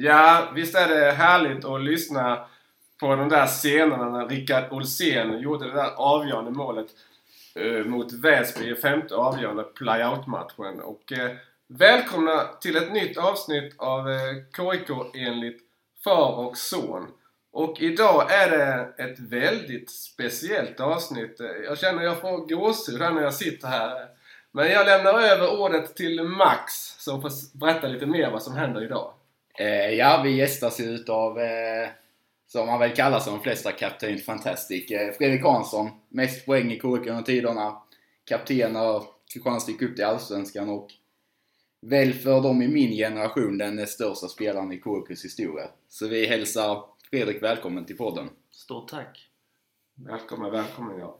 Ja, visst är det härligt att lyssna på de där scenerna när Rickard Olsén gjorde det där avgörande målet mot Väsby i femte avgörande playout-matchen. Och välkomna till ett nytt avsnitt av KIK enligt far och son. Och idag är det ett väldigt speciellt avsnitt. Jag känner jag får gåshud här när jag sitter här. Men jag lämnar över ordet till Max som får berätta lite mer vad som händer idag. Ja, vi gästas ut av, som man väl kallar som de flesta, Captain Fantastic. Fredrik Hansson, mest poäng i KIK under tiderna. Kapten av Kristianstad gick upp till Allsvenskan och väl för dem i min generation den största spelaren i KIKs historia. Så vi hälsar Fredrik välkommen till podden. Stort tack. Välkommen ja.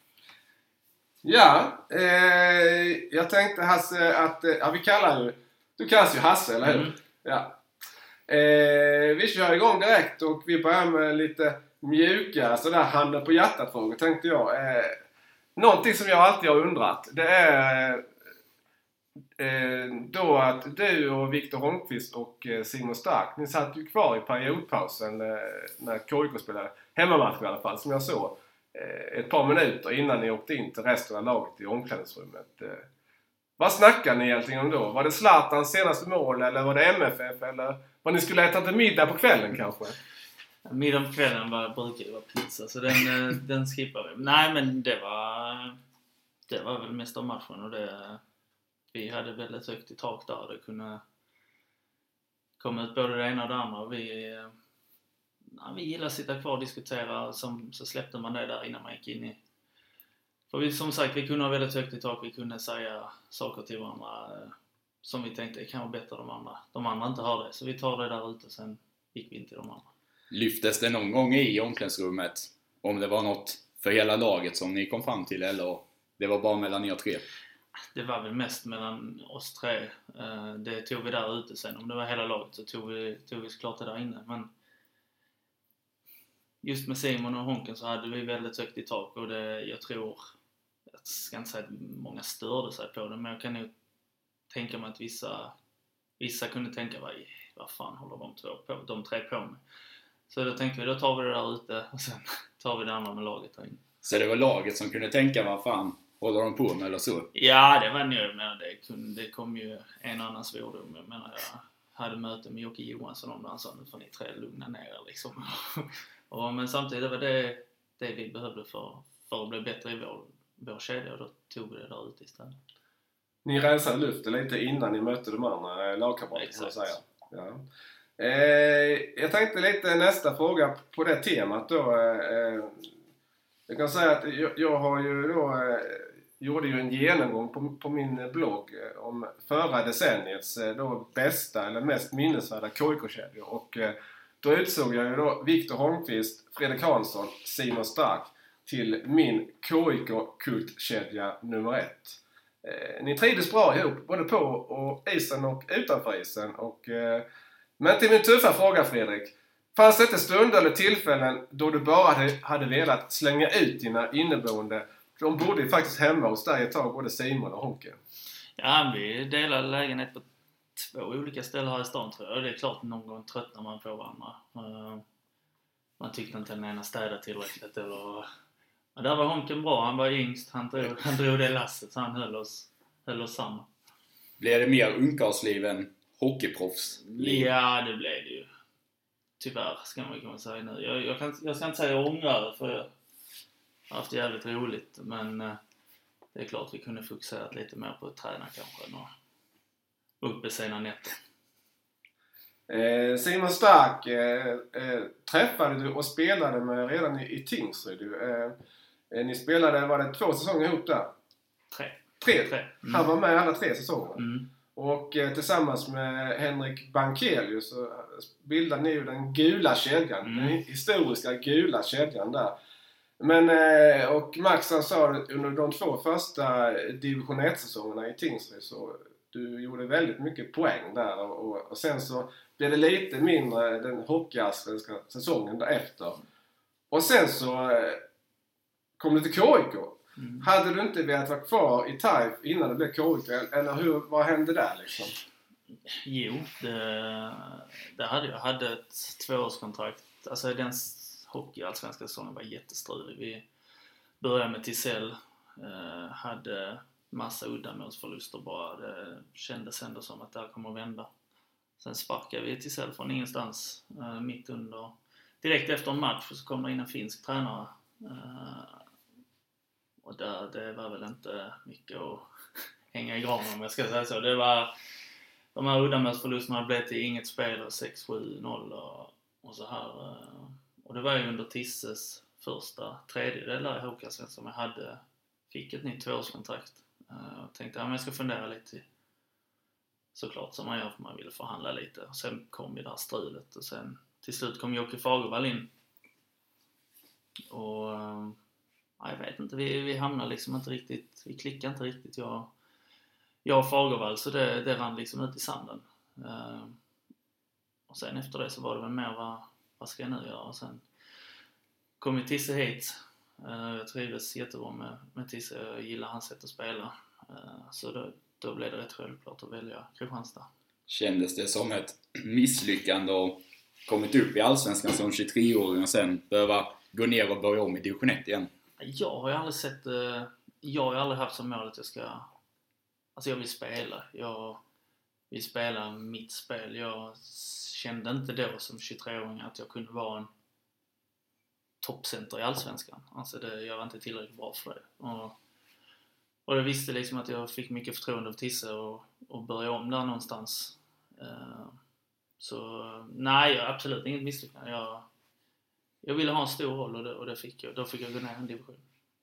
Ja, jag tänkte Hasse att, vi kallar ju, du kallas ju Hasse, eller hur? Mm. Ja. Vi kör igång direkt och vi börjar med lite mjuka sådär handen på hjärtat frågor, tänkte jag. Någonting som jag alltid har undrat, det är då att du och Viktor Holmqvist och Simon Stark, ni satt ju kvar i periodpausen när KIK spelade hemmamatch i alla fall, som jag såg. Ett par minuter innan ni åkte in till resten av laget i omklädningsrummet. Vad snackade ni egentligen om då? Var det Zlatans senaste mål eller var det MFF eller vad ni skulle äta till middag på kvällen kanske? Middag på kvällen brukar ju vara pizza, så den skippar vi. Nej, men det var väl mest av matchen och vi hade väldigt högt i tak där. Det kunde komma ut både det ena och det andra. Vi gillar att sitta kvar och diskutera, så släppte man det där innan man gick in i. För som sagt, vi kunde ha väldigt högt i tak, vi kunde säga saker till varandra som vi tänkte det kan vara bättre de andra inte har det. Så vi tar det där ute, sen gick vi in till de andra. Lyftes det någon gång i omklädningsrummet om det var något för hela laget som ni kom fram till, eller det var bara mellan er tre? Det var väl mest mellan oss tre. Det tog vi där ute sen. Om det var hela laget så tog vi såklart det där inne. Men just med Simon och Honken så hade vi väldigt högt i tak. Och jag ska inte säga att många störde sig på det. Men jag kan nog tänka mig att vissa kunde tänka vad fan håller de tre på med. Så då tänkte vi, då tar vi det där ute och sen tar vi det andra med laget här inne. Så det var laget som kunde tänka vad fan håller de på med eller så? Ja, det var nu, men det kom ju en annan svordom. Jag menar, jag hade möte med Jocke Johansson om det, han sa nu får ni tre lugna ner er liksom. Men samtidigt var det vi behövde för att bli bättre i vår kedja, och då tog vi det där ute istället. Ni rensade luften lite innan ni mötte de andra lagkamraterna, så att säga. Ja. Jag tänkte lite nästa fråga på det temat då. Jag kan säga att jag har ju då gjorde ju en genomgång på min blogg om förra decenniets då bästa eller mest minnesvärda KIK-kedjor, och då utsåg jag ju då Viktor Holmqvist, Fredrik Hansson, Simon Stark till min KIK-kultkedja nummer 1. Ni trivdes bra ihop, både på och isen och utanför isen. Men till min tuffa fråga, Fredrik. Fanns det inte stunder eller tillfällen då du bara hade velat slänga ut dina inneboende? De bodde ju faktiskt hemma hos dig ett tag, både Simon och Honken. Ja, vi delade lägenhet på 2 olika ställen här i stan, tror jag. Det är klart, någon gång tröttnar man på varandra. Man tyckte inte den ena städade tillräckligt. Men där var Honken bra, han var yngst. Han drog det lasset, så han höll oss samman. Blev det mer ungkarlsliv än hockeyproffsliv? Ja, det blev det ju. Tyvärr, ska man kunna säga nu. Jag ska inte säga jag ångrar det, för jag har haft jävligt roligt. Men det är klart vi kunde fokuserat lite mer på att träna kanske än uppe sina nätter. Simon Stark träffade du och spelade med redan i Tingsryd. Ni spelade, var det 2 säsonger ihop där? 3. Mm. Han var med alla 3 säsonger. Mm. Och tillsammans med Henrik Bankelius så bildade ni ju den gula kedjan. Den historiska gula kedjan där. Men, och Max han sa under de 2 första division 1-säsongerna i Tingsryd så du gjorde väldigt mycket poäng där. Och sen så blev det lite mindre den hockeyallsvenska säsongen därefter. Och sen så kom du till KIK. Mm. Hade du inte velat vara kvar i TAIF innan det blev KIK? Eller vad hände där liksom? Jo, det hade jag. Hade ett 2-årskontrakt. Alltså den hockey-allsvenska säsongen var jättestrulig. Vi började med Tisell. Hade massa uddamålsförluster bara. Det kändes ändå som att det här kommer att vända. Sen sparkade vi Tisell från ingenstans. Mitt under. Direkt efter en match så kom det in en finsk tränare. Och det var väl inte mycket att hänga i granen om jag ska säga så. Det var de här uddamålsförlusterna blev till inget spel och 6-7-0 och så här. Och det var ju under Tisses första tredjedel där i Hockeyallsvenskan som jag fick ett nytt 2-årskontrakt. Och tänkte jag ska fundera lite såklart som man gör för man ville förhandla lite. Och sen kom ju det här strulet och sen till slut kom Jocke Fagervall in. Och jag vet inte, vi hamnade liksom inte riktigt, vi klickade inte riktigt jag och Fagervall, så det rann liksom ut i sanden. Och sen efter det så var det väl mer vad ska jag nu göra? Och sen kom ju Tisse hit. Jag trivdes jättebra med Tisse, jag gillar hans sätt att spela. Så då blev det rätt självklart att välja Kristianstad. Kändes det som ett misslyckande och kommit upp i Allsvenskan som 23-åring och sen behöva gå ner och börja om i division 1 igen? Jag har aldrig haft som mål att jag vill spela. Jag vill spela mitt spel. Jag kände inte då som 23-åring att jag kunde vara en toppcenter i Allsvenskan. Alltså jag var inte tillräckligt bra för det. Och jag visste liksom att jag fick mycket förtroende av Tisse och börja om där någonstans. Så nej, absolut inget misslyckande. Jag ville ha en stor roll och det fick jag. Då fick jag gå ner en division.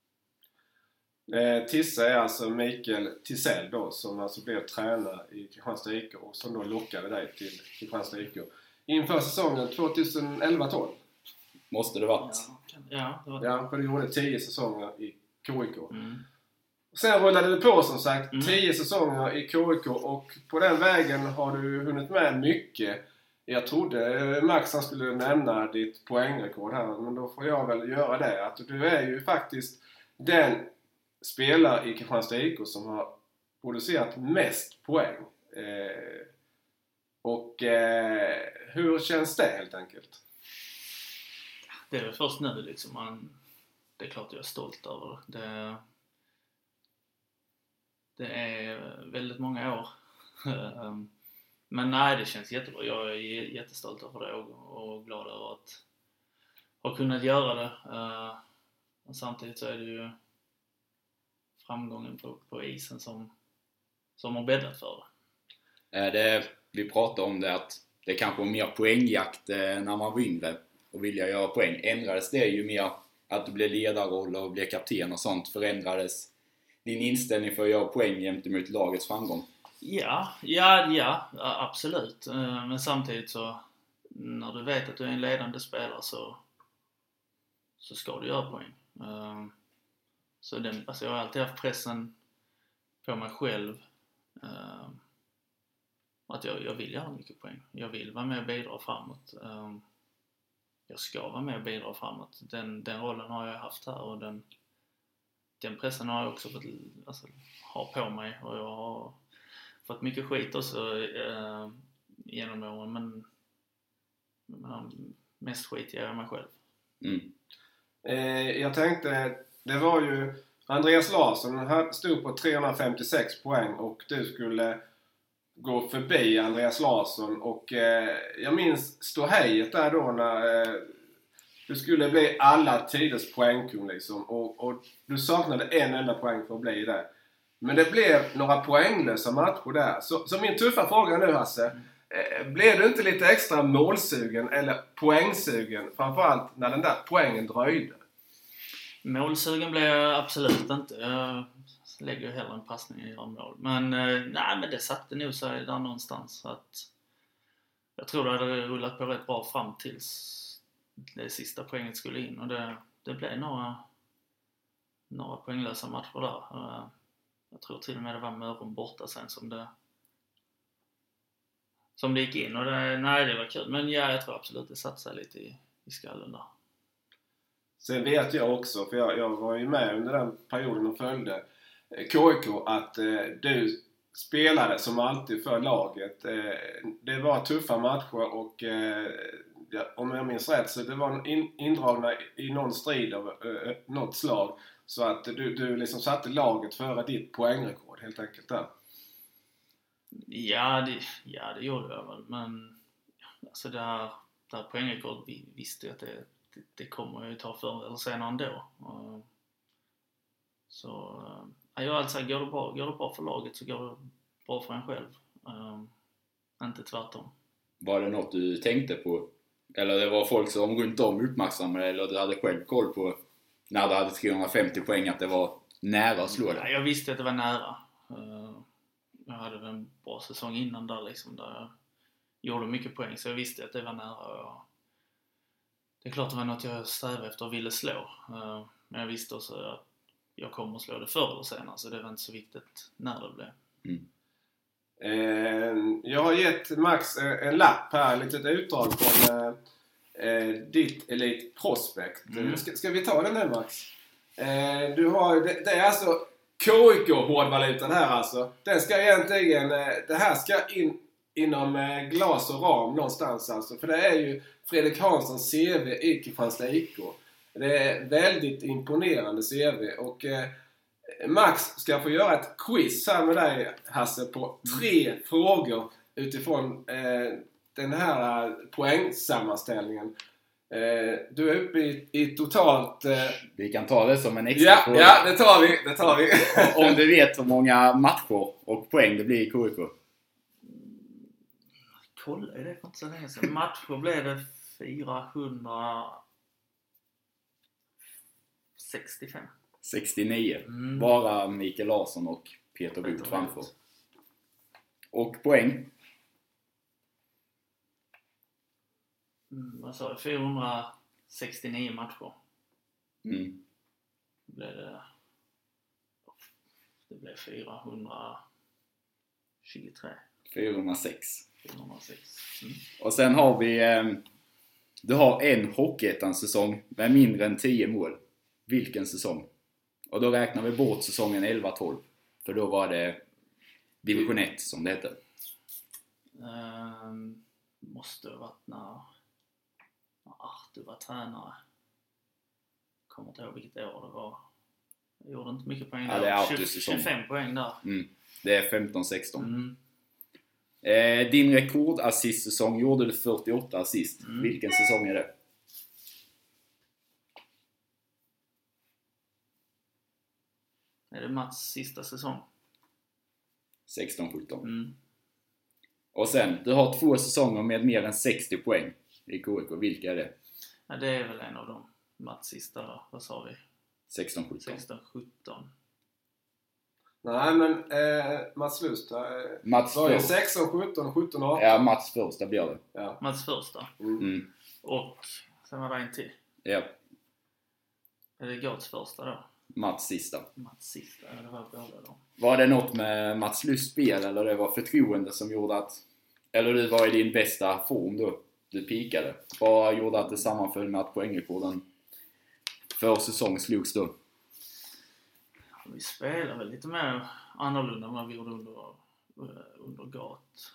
Tisse är alltså Mikael Tisell då, som alltså blev tränare i Kristianstad IK och som då lockade dig till Kristianstad IK inför säsongen 2011-12. Måste det varit. Ja, det var det. Ja, för du gjorde 10 säsonger i KIK. Sen rullade det på som sagt 10 säsonger i KIK och på den vägen har du hunnit med mycket. Jag trodde Max han skulle nämna ditt poängrekord här, men då får jag väl göra det. Att du är ju faktiskt den spelare i Kristianstad IK som har producerat mest poäng. Hur känns det helt enkelt? Det är väl först nu liksom det är klart jag är stolt över det. Det är väldigt många år. Men nej, det känns jättebra. Jag är jättestolt över det och glad över att ha kunnat göra det. Och samtidigt så är det ju framgången på isen som har bäddat för det. Vi pratar om det att det kanske var mer poängjakt när man var yngre och vilja göra poäng. Ändrades det ju mer att du blev ledarroll och blev kapten och sånt? Förändrades din inställning för att göra poäng gentemot lagets framgång? Ja, absolut. Men samtidigt så när du vet att du är en ledande spelare så ska du göra poäng. Så jag har alltid haft pressen på mig själv att jag vill göra mycket poäng. Jag vill vara med och bidra framåt. Jag ska vara med och bidra framåt. Den rollen har jag haft här och den pressen har jag också fått ha på mig och jag har fått mycket skit också genom åren, men mest skit ger jag mig själv. Jag tänkte, det var ju Andreas Larsson, han stod på 356 poäng och du skulle gå förbi Andreas Larsson och jag minns ståhejet där då när du skulle bli alla tiders poängkung liksom och du saknade en enda poäng för att bli det. Men det blev några poänglösa matcher där. Så min tuffa fråga nu, Hasse. Blev du inte lite extra målsugen eller poängsugen? Framförallt när den där poängen dröjde. Målsugen blev jag absolut inte. Jag lägger ju hellre en passning i mål. Men men det satte nog sig där någonstans. Att jag tror det hade rullat på rätt bra fram tills det sista poänget skulle in. Och det blev några poänglösa matcher där. Jag tror till och med det var Mörrum borta sen som det gick in. Och det var kul. Men jag tror absolut det satt sig lite i skallen där. Sen vet jag också, för jag var ju med under den perioden och följde KIK, att du spelade som alltid för laget. Det var tuffa matcher och om jag minns rätt så det var indragna i någon strid av något slag. Så att du liksom satte laget före ditt poängrekord helt enkelt där. Ja, det gjorde jag väl. Men alltså det här poängrekord, vi visste ju att det kommer ju ta förr eller senare ändå. Så jag har alltså går det bra för laget så går det bra för en själv. Inte tvärtom. Var det något du tänkte på? Eller det var folk som runt om uppmärksammade eller du hade själv koll på när du hade 350 poäng att det var nära att slå det? Ja, jag visste att det var nära. Jag hade en bra säsong innan där liksom, där jag gjorde mycket poäng så jag visste att det var nära. Det är klart det var något jag strävade efter och ville slå. Men jag visste också att jag kommer att slå det förr eller senare så det var inte så viktigt när det blev. Jag har gett Max en lapp här, ett litet utdrag från ditt Elite Prospect. Ska vi ta den här Max? Du har, det är alltså KIK-hårdvalutan här alltså. Den ska egentligen, det här ska in inom glas och ram någonstans alltså. För det är ju Fredrik Hanssons CV i Kristianstad IK. Det är väldigt imponerande CV och Max ska få göra ett quiz här med dig Hasse på 3 frågor utifrån den här poängsammanställningen. Du är uppe i totalt... Vi kan ta det som en extra fråga. Ja, det tar vi. Om du vet hur många matcher och poäng det blir i KIK. Kolla, är det inte så länge sedan. Matcher blev det 465. 69. Bara Mikael Larsson och Peter Booth framför. Och poäng? Vad sa jag? 469 matcher. Det blev 423. 406. 406. Och sen har vi... du har en Hockeyettan-säsong med mindre än 10 mål. Vilken säsong? Och då räknar vi bort säsongen 11-12. För då var det division 1 som det hette. Måste ha varit när Artur var tränare. Kommer inte ihåg vilket år det var. Jag gjorde inte mycket poäng där. Ja, det är Arturs säsong. 25 poäng där. Det är 15-16. Din rekordassist-säsong gjorde du 48 assist. Vilken säsong är det? Är det Mats sista säsong? 16-17. Och sen, du har 2 säsonger med mer än 60 poäng i KIK. Vilka är det? Ja, det är väl en av dem. Mats sista då. Vad sa vi? 16-17. 16-17. Nej, men Mats Lust Mats var ju först. 16-17, 17-18. Ja, Mats första blir det. Ja. Mats första. Och sen var det en till. Ja. Är det Gats första då? Mats sista. Mats sista, ja, det var båda då. Var det något med Mats Lust spel eller det var förtroende som gjorde att... Eller du var i din bästa form då? Du pikade. Vad gjorde att det sammanföll med att poängrekorden för säsong slogs då? Vi spelade väl lite mer annorlunda än vad vi gjorde under Gat.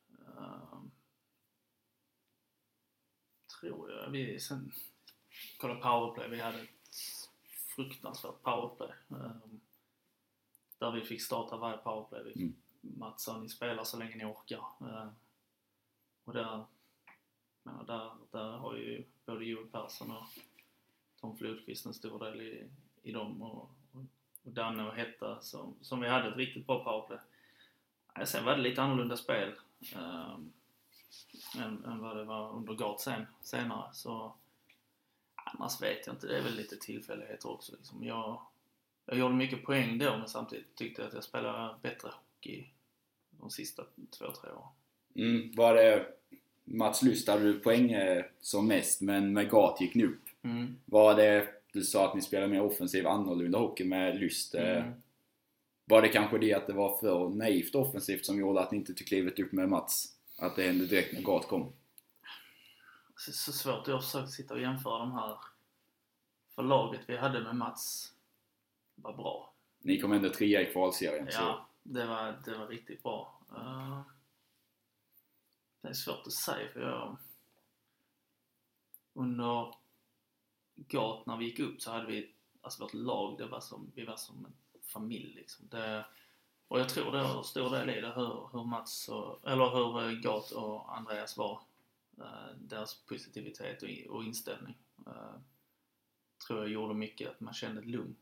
Tror jag. Vi sen kollade powerplay. Vi hade ett fruktansvärt powerplay. Där vi fick starta varje powerplay. Mats sa, ni spelar så länge ni orkar. Och där har ju både Joel Persson och Tom Flodqvist en stor del i dem. Och Danne och Hetta som vi hade ett riktigt bra powerplay. Sen var det lite annorlunda spel än vad det var under Gart senare. Så annars vet jag inte, det är väl lite tillfälligheter också. Liksom. Jag gjorde mycket poäng då, men samtidigt tyckte jag att jag spelade bättre hockey de sista 2-3 åren. Var det Mats Lust hade du poäng som mest, men med Gat gick nu upp. Var det, du sa att ni spelar mer offensiv annorlunda hockey med Lust. Var det kanske det att det var för naivt offensivt som gjorde att ni inte tog klivet upp med Mats? Att det hände direkt när Gat kom? Det är så svårt. Jag har försökt sitta och jämföra de här. För laget vi hade med Mats var bra. Ni kom ändå 3 i kvalserien. Ja, det var riktigt bra. Det är svårt att säga för jag under GAT när vi gick upp så hade vi, alltså vårt lag, vi var som en familj liksom. Och jag tror det var stor del i det hur Mats hur GAT och Andreas var, deras positivitet och inställning. Tror jag gjorde mycket att man kände ett lugn.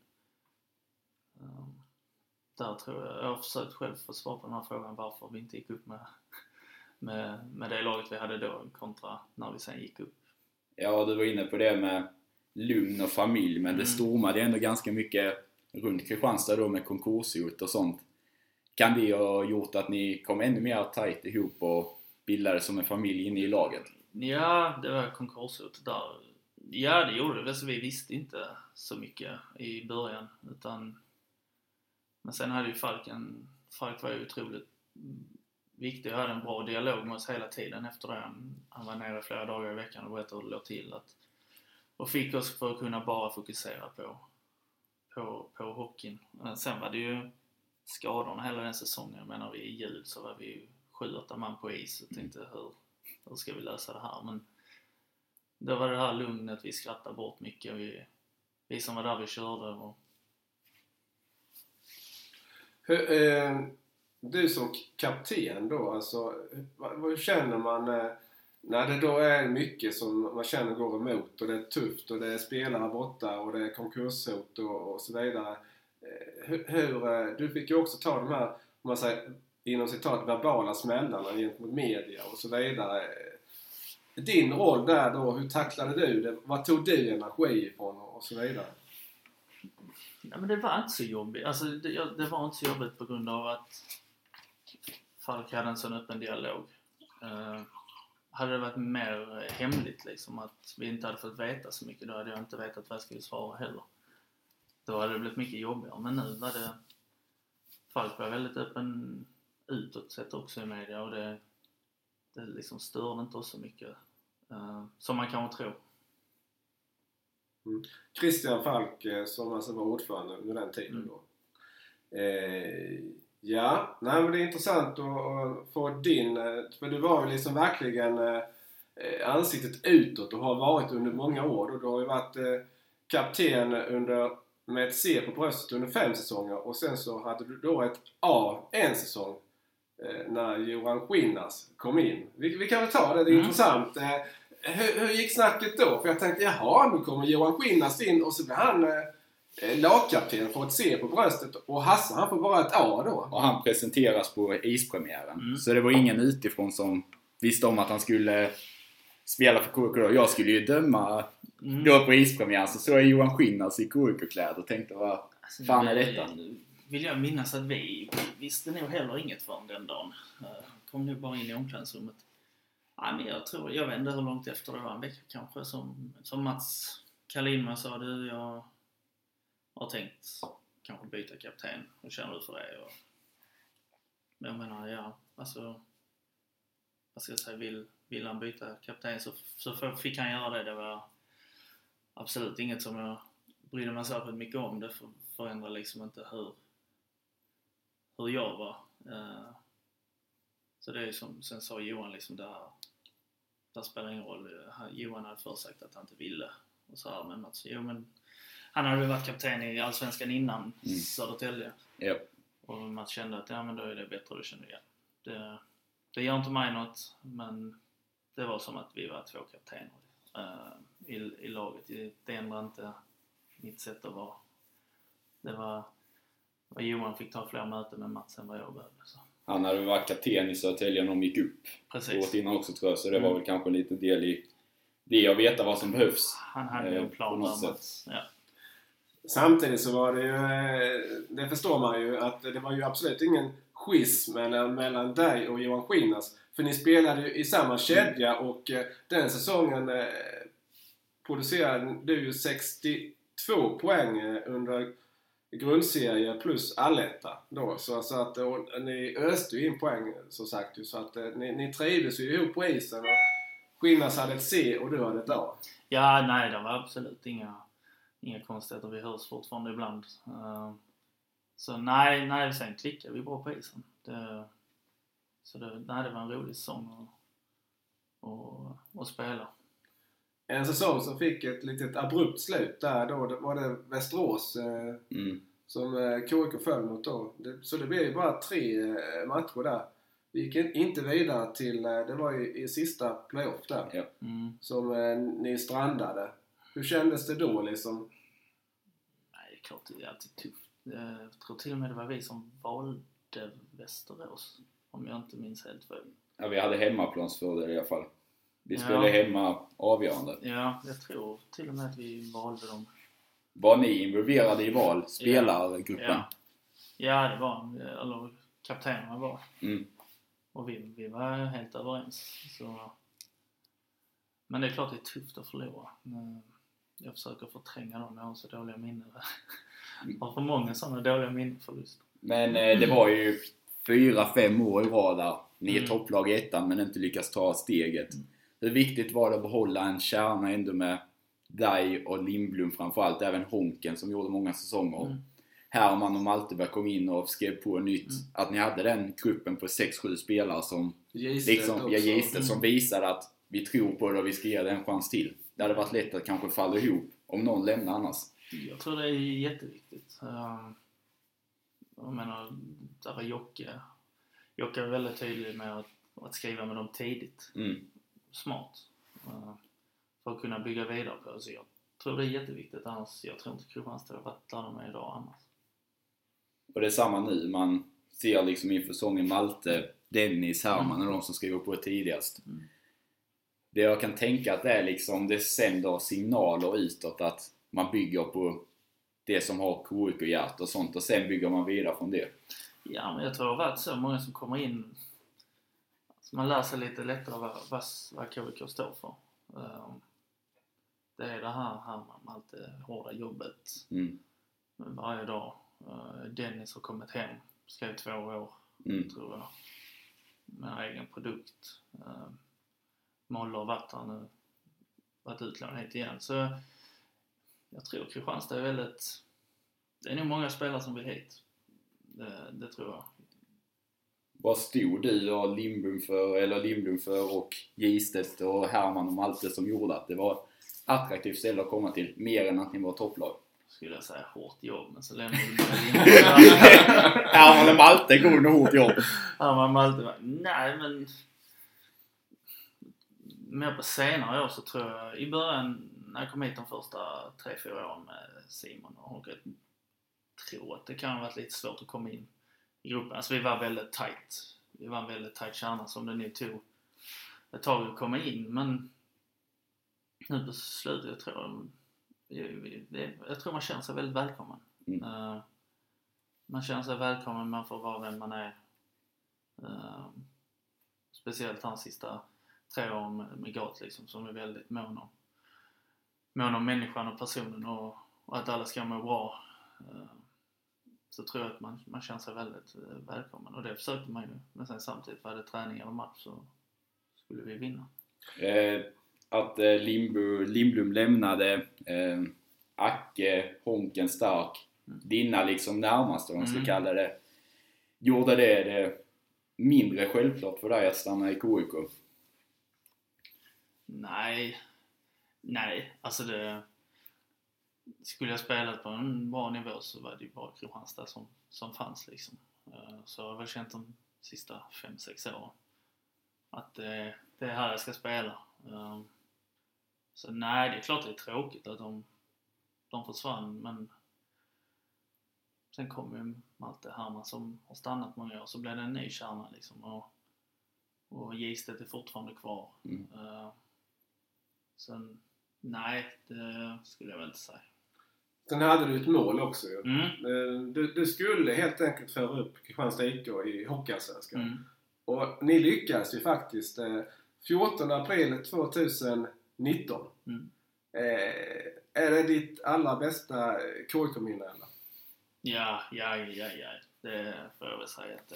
Där tror jag har försökt själv få svar på den här frågan varför vi inte gick upp med det laget vi hade då kontra när vi sen gick upp. Ja, du var inne på det med lugn och familj, men det stormade ändå ganska mycket runt Kristianstad då med konkurshot och sånt. Kan det ha gjort att ni kom ännu mer tajt ihop och bildade som en familj inne i laget? Ja, det var konkurshot där. Ja, det gjorde det. Så vi visste inte så mycket i början. Men sen hade ju Falk var ju otroligt viktig och hade en bra dialog med oss hela tiden efter det. Han var nere flera dagar i veckan och berättade hur det låg till. Och fick oss för att kunna bara fokusera på hockeyn. Sen var det ju skadorna hela den säsongen. Jag menar, i jul så var vi ju 7-8 man på is och tänkte hur ska vi lösa det här? Men då var det här lugnet, vi skrattade bort mycket. Vi som var där vi körde. Och... Du som kapten då, alltså, vad känner man när det då är mycket som man känner går emot och det är tufft och det är spelare borta och det är konkurshot och så vidare. Du fick ju också ta de här, om man säger inom citat, verbala smällarna gentemot media och så vidare. Din roll där då, hur tacklade du det? Vad tog du energi ifrån och så vidare? Ja, men det var inte så jobbigt. Alltså, det var inte så jobbigt på grund av att Falk hade en sån öppen dialog. Hade det varit mer hemligt liksom, att vi inte hade fått veta så mycket, då hade jag inte vetat vad jag skulle svara heller. Då hade det blivit mycket jobbigare. Men nu var det... Falk var väldigt öppen utåt sett också i media och det liksom störde inte oss så mycket som man kanske tror. Christian Falk som alltså var ordförande under den tiden då. Ja, nej, men det är intressant att få din, för du var ju liksom verkligen ansiktet utåt och har varit under många år och du har ju varit kapten med ett C på bröstet under 5 säsonger och sen så hade du då ett A en säsong när Johan Skinnars kom in. Vi kan väl ta det är intressant. Hur gick snacket då? För jag tänkte, jaha, nu kommer Johan Skinnars in och så blir han lagkapten, får ett C på bröstet och Hasse han får bara ett A då. Och han presenteras på ispremiären. Så det var ingen utifrån som visste om att han skulle spela för KIK då. Jag skulle ju döma då på ispremiären, så såg jag Johan Skinnars i KIK-kläder och tänkte, vad fan är detta? Vill jag minnas att vi visste nog heller inget från den dagen. Kom nu bara in i omklädningsrummet. Ja, men jag vet inte hur långt efter det var, en vecka kanske, som Mats Kalinma sa, jag har tänkt kanske byta kapten, och känner du för det? Men jag menar, ja, alltså, vad ska jag säga, vill han byta kapten så fick han göra det. Det var absolut inget som jag brydde mig särskilt mycket om. Det förändrar liksom inte hur jag var. Så det är som sen sa Johan liksom, där spelar ingen roll. Johan hade först sagt att han inte ville. Och så här med Mats. Jo, men han hade varit kapten i Allsvenskan innan Södertälje. Yep. Och Mats kände att ja, men då är det bättre, du kände igen. Det gör inte mig något, men det var som att vi var 2 kaptener i laget. Det ändrar inte mitt sätt att vara. Det var Johan fick ta fler möten med Mats än vad jag behövde. Så. Han hade varit kapten i Södertälje när de gick upp. Precis. Året innan också tror jag, så det var väl kanske en liten del i det att veta vad som behövs. Han hade ju en plan där, Mats. Ja. Samtidigt så var det ju, det förstår man ju, att det var ju absolut ingen schism mellan dig och Johan Skinnars. För ni spelade ju i samma kedja och den säsongen producerade du ju 62 poäng under grundserie plus alletta då. Så att ni öste ju in poäng så sagt. Så att ni trivdes ju ihop på isen och Skinnars hade ett C och du hade ett A. Ja, nej, det var absolut inga konstigheter. Vi hörs fortfarande ibland. Så nej, sen klickade vi bra på isen. Det var en rolig säsong att spela. En säsong som fick ett litet abrupt slut där då, var det Västerås som KIK föll mot då. Så det blev ju bara 3 matcher där. Vi gick inte vidare till, det var ju i sista playoff där, Ja. som ni strandade. Hur kändes det då liksom? Nej, klart det är alltid tufft. Jag tror till och med det var vi som valde Västerås, om jag inte minns helt fel. Ja, vi hade hemmaplansfördel i alla fall. Vi spelade hemma avgörande. Ja, jag tror till och med att vi valde dem. Var ni involverade i spelargruppen? Ja, det var, eller kaptenerna var. Och vi var helt överens. Så. Men det är klart det är tufft att förlora. Jag försöker förtränga dem, jag har så dåliga minnen. Jag har för många sådana dåliga minneförluster. Men det var ju 4-5 år i rad där. Ni är topplag i ettan men inte lyckas ta steget. Hur viktigt var det att behålla en kärna ändå med dig och Lindblom framförallt, även Honken som gjorde många säsonger. Herman och Malteberg kom in och skrev på nytt. Att ni hade den gruppen på 6-7 spelare som som visade att vi tror på det och vi ska ge det en chans till. Det hade varit lätt att kanske falla ihop om någon lämnar annars. Jag tror det är jätteviktigt. Jag menar, där var Jocke är väldigt tydlig med att skriva med dem tidigt. Smart. För att kunna bygga vidare på det. Så jag tror det är jätteviktigt. Annars, jag tror inte Kristianstad har varit där de är idag annars. Och det är samma nu. Man ser liksom inför säsongen Malte, Dennis, Herman och de som skriver på tidigast. Det jag kan tänka att det är liksom, det sänder signaler utåt att man bygger på det som har KIK och hjärta och sånt. Och sen bygger man vidare från det. Ja, men jag tror det har varit så många som kommer in. Så man lär sig lite lättare vad KIK står för. Det är det här med allt det hårda jobbet varje dag. Dennis har kommit hem, skrev 2 år tror jag, med egen produkt. Moller har varit här nu, varit utlånad hit igen. Så jag tror Kristianstad är väldigt, det är nog många spelare som vill hit. Det tror jag. Vad stod du och Lindblom för och Gistet och Herman och Malte som gjorde att det var attraktivt ställe att komma till, mer än att ni var topplag? Skulle jag säga hårt jobb, men så lämnar du bara Herman och Malte går under hårt jobb. Herman och Malte, nej men mer på senare år så tror jag, i början när jag kom hit de första 3-4 åren med Simon och Håkan, tror att det kan ha varit lite svårt att komma in i gruppen. Alltså vi var väldigt tight. Vi var en väldigt tight kärna som det nu tog ett tag att komma in. Men nu på slutet, jag tror man känner sig väldigt välkommen. Man känner sig välkommen, man får vara vem man är. Speciellt de sista 3 åren med Gat liksom, som är väldigt mån om människan och personen och att alla ska må bra. Så tror jag att man känner sig väldigt välkommen. Och det försökte man ju. Men sen samtidigt var det träning eller match så skulle vi vinna. Att Lindblom lämnade Acke, Honken, Stark, dina liksom närmaste, om man ska kalla det. Gjorde det mindre självklart för dig att stanna i KIK? Nej. Alltså det... Skulle jag spelat på en bra nivå så var det ju bara Kristianstad som fanns liksom. Så jag har väl känt de sista 5-6 åren att det är här jag ska spela. Så nej, det är klart det är tråkigt att de försvann, men sen kom ju Malte Herman som har stannat många år, så blev det en ny kärna liksom, och Gistet är fortfarande kvar. Sen nej, det skulle jag väl inte säga. Sen hade du ett mål också ju. Du skulle helt enkelt föra upp Kristianstad IK i Hockeyallsvenskan. Och ni lyckades ju faktiskt 14 april 2019. Är det ditt allra bästa KIK-minne eller? Ja. Det får jag väl säga att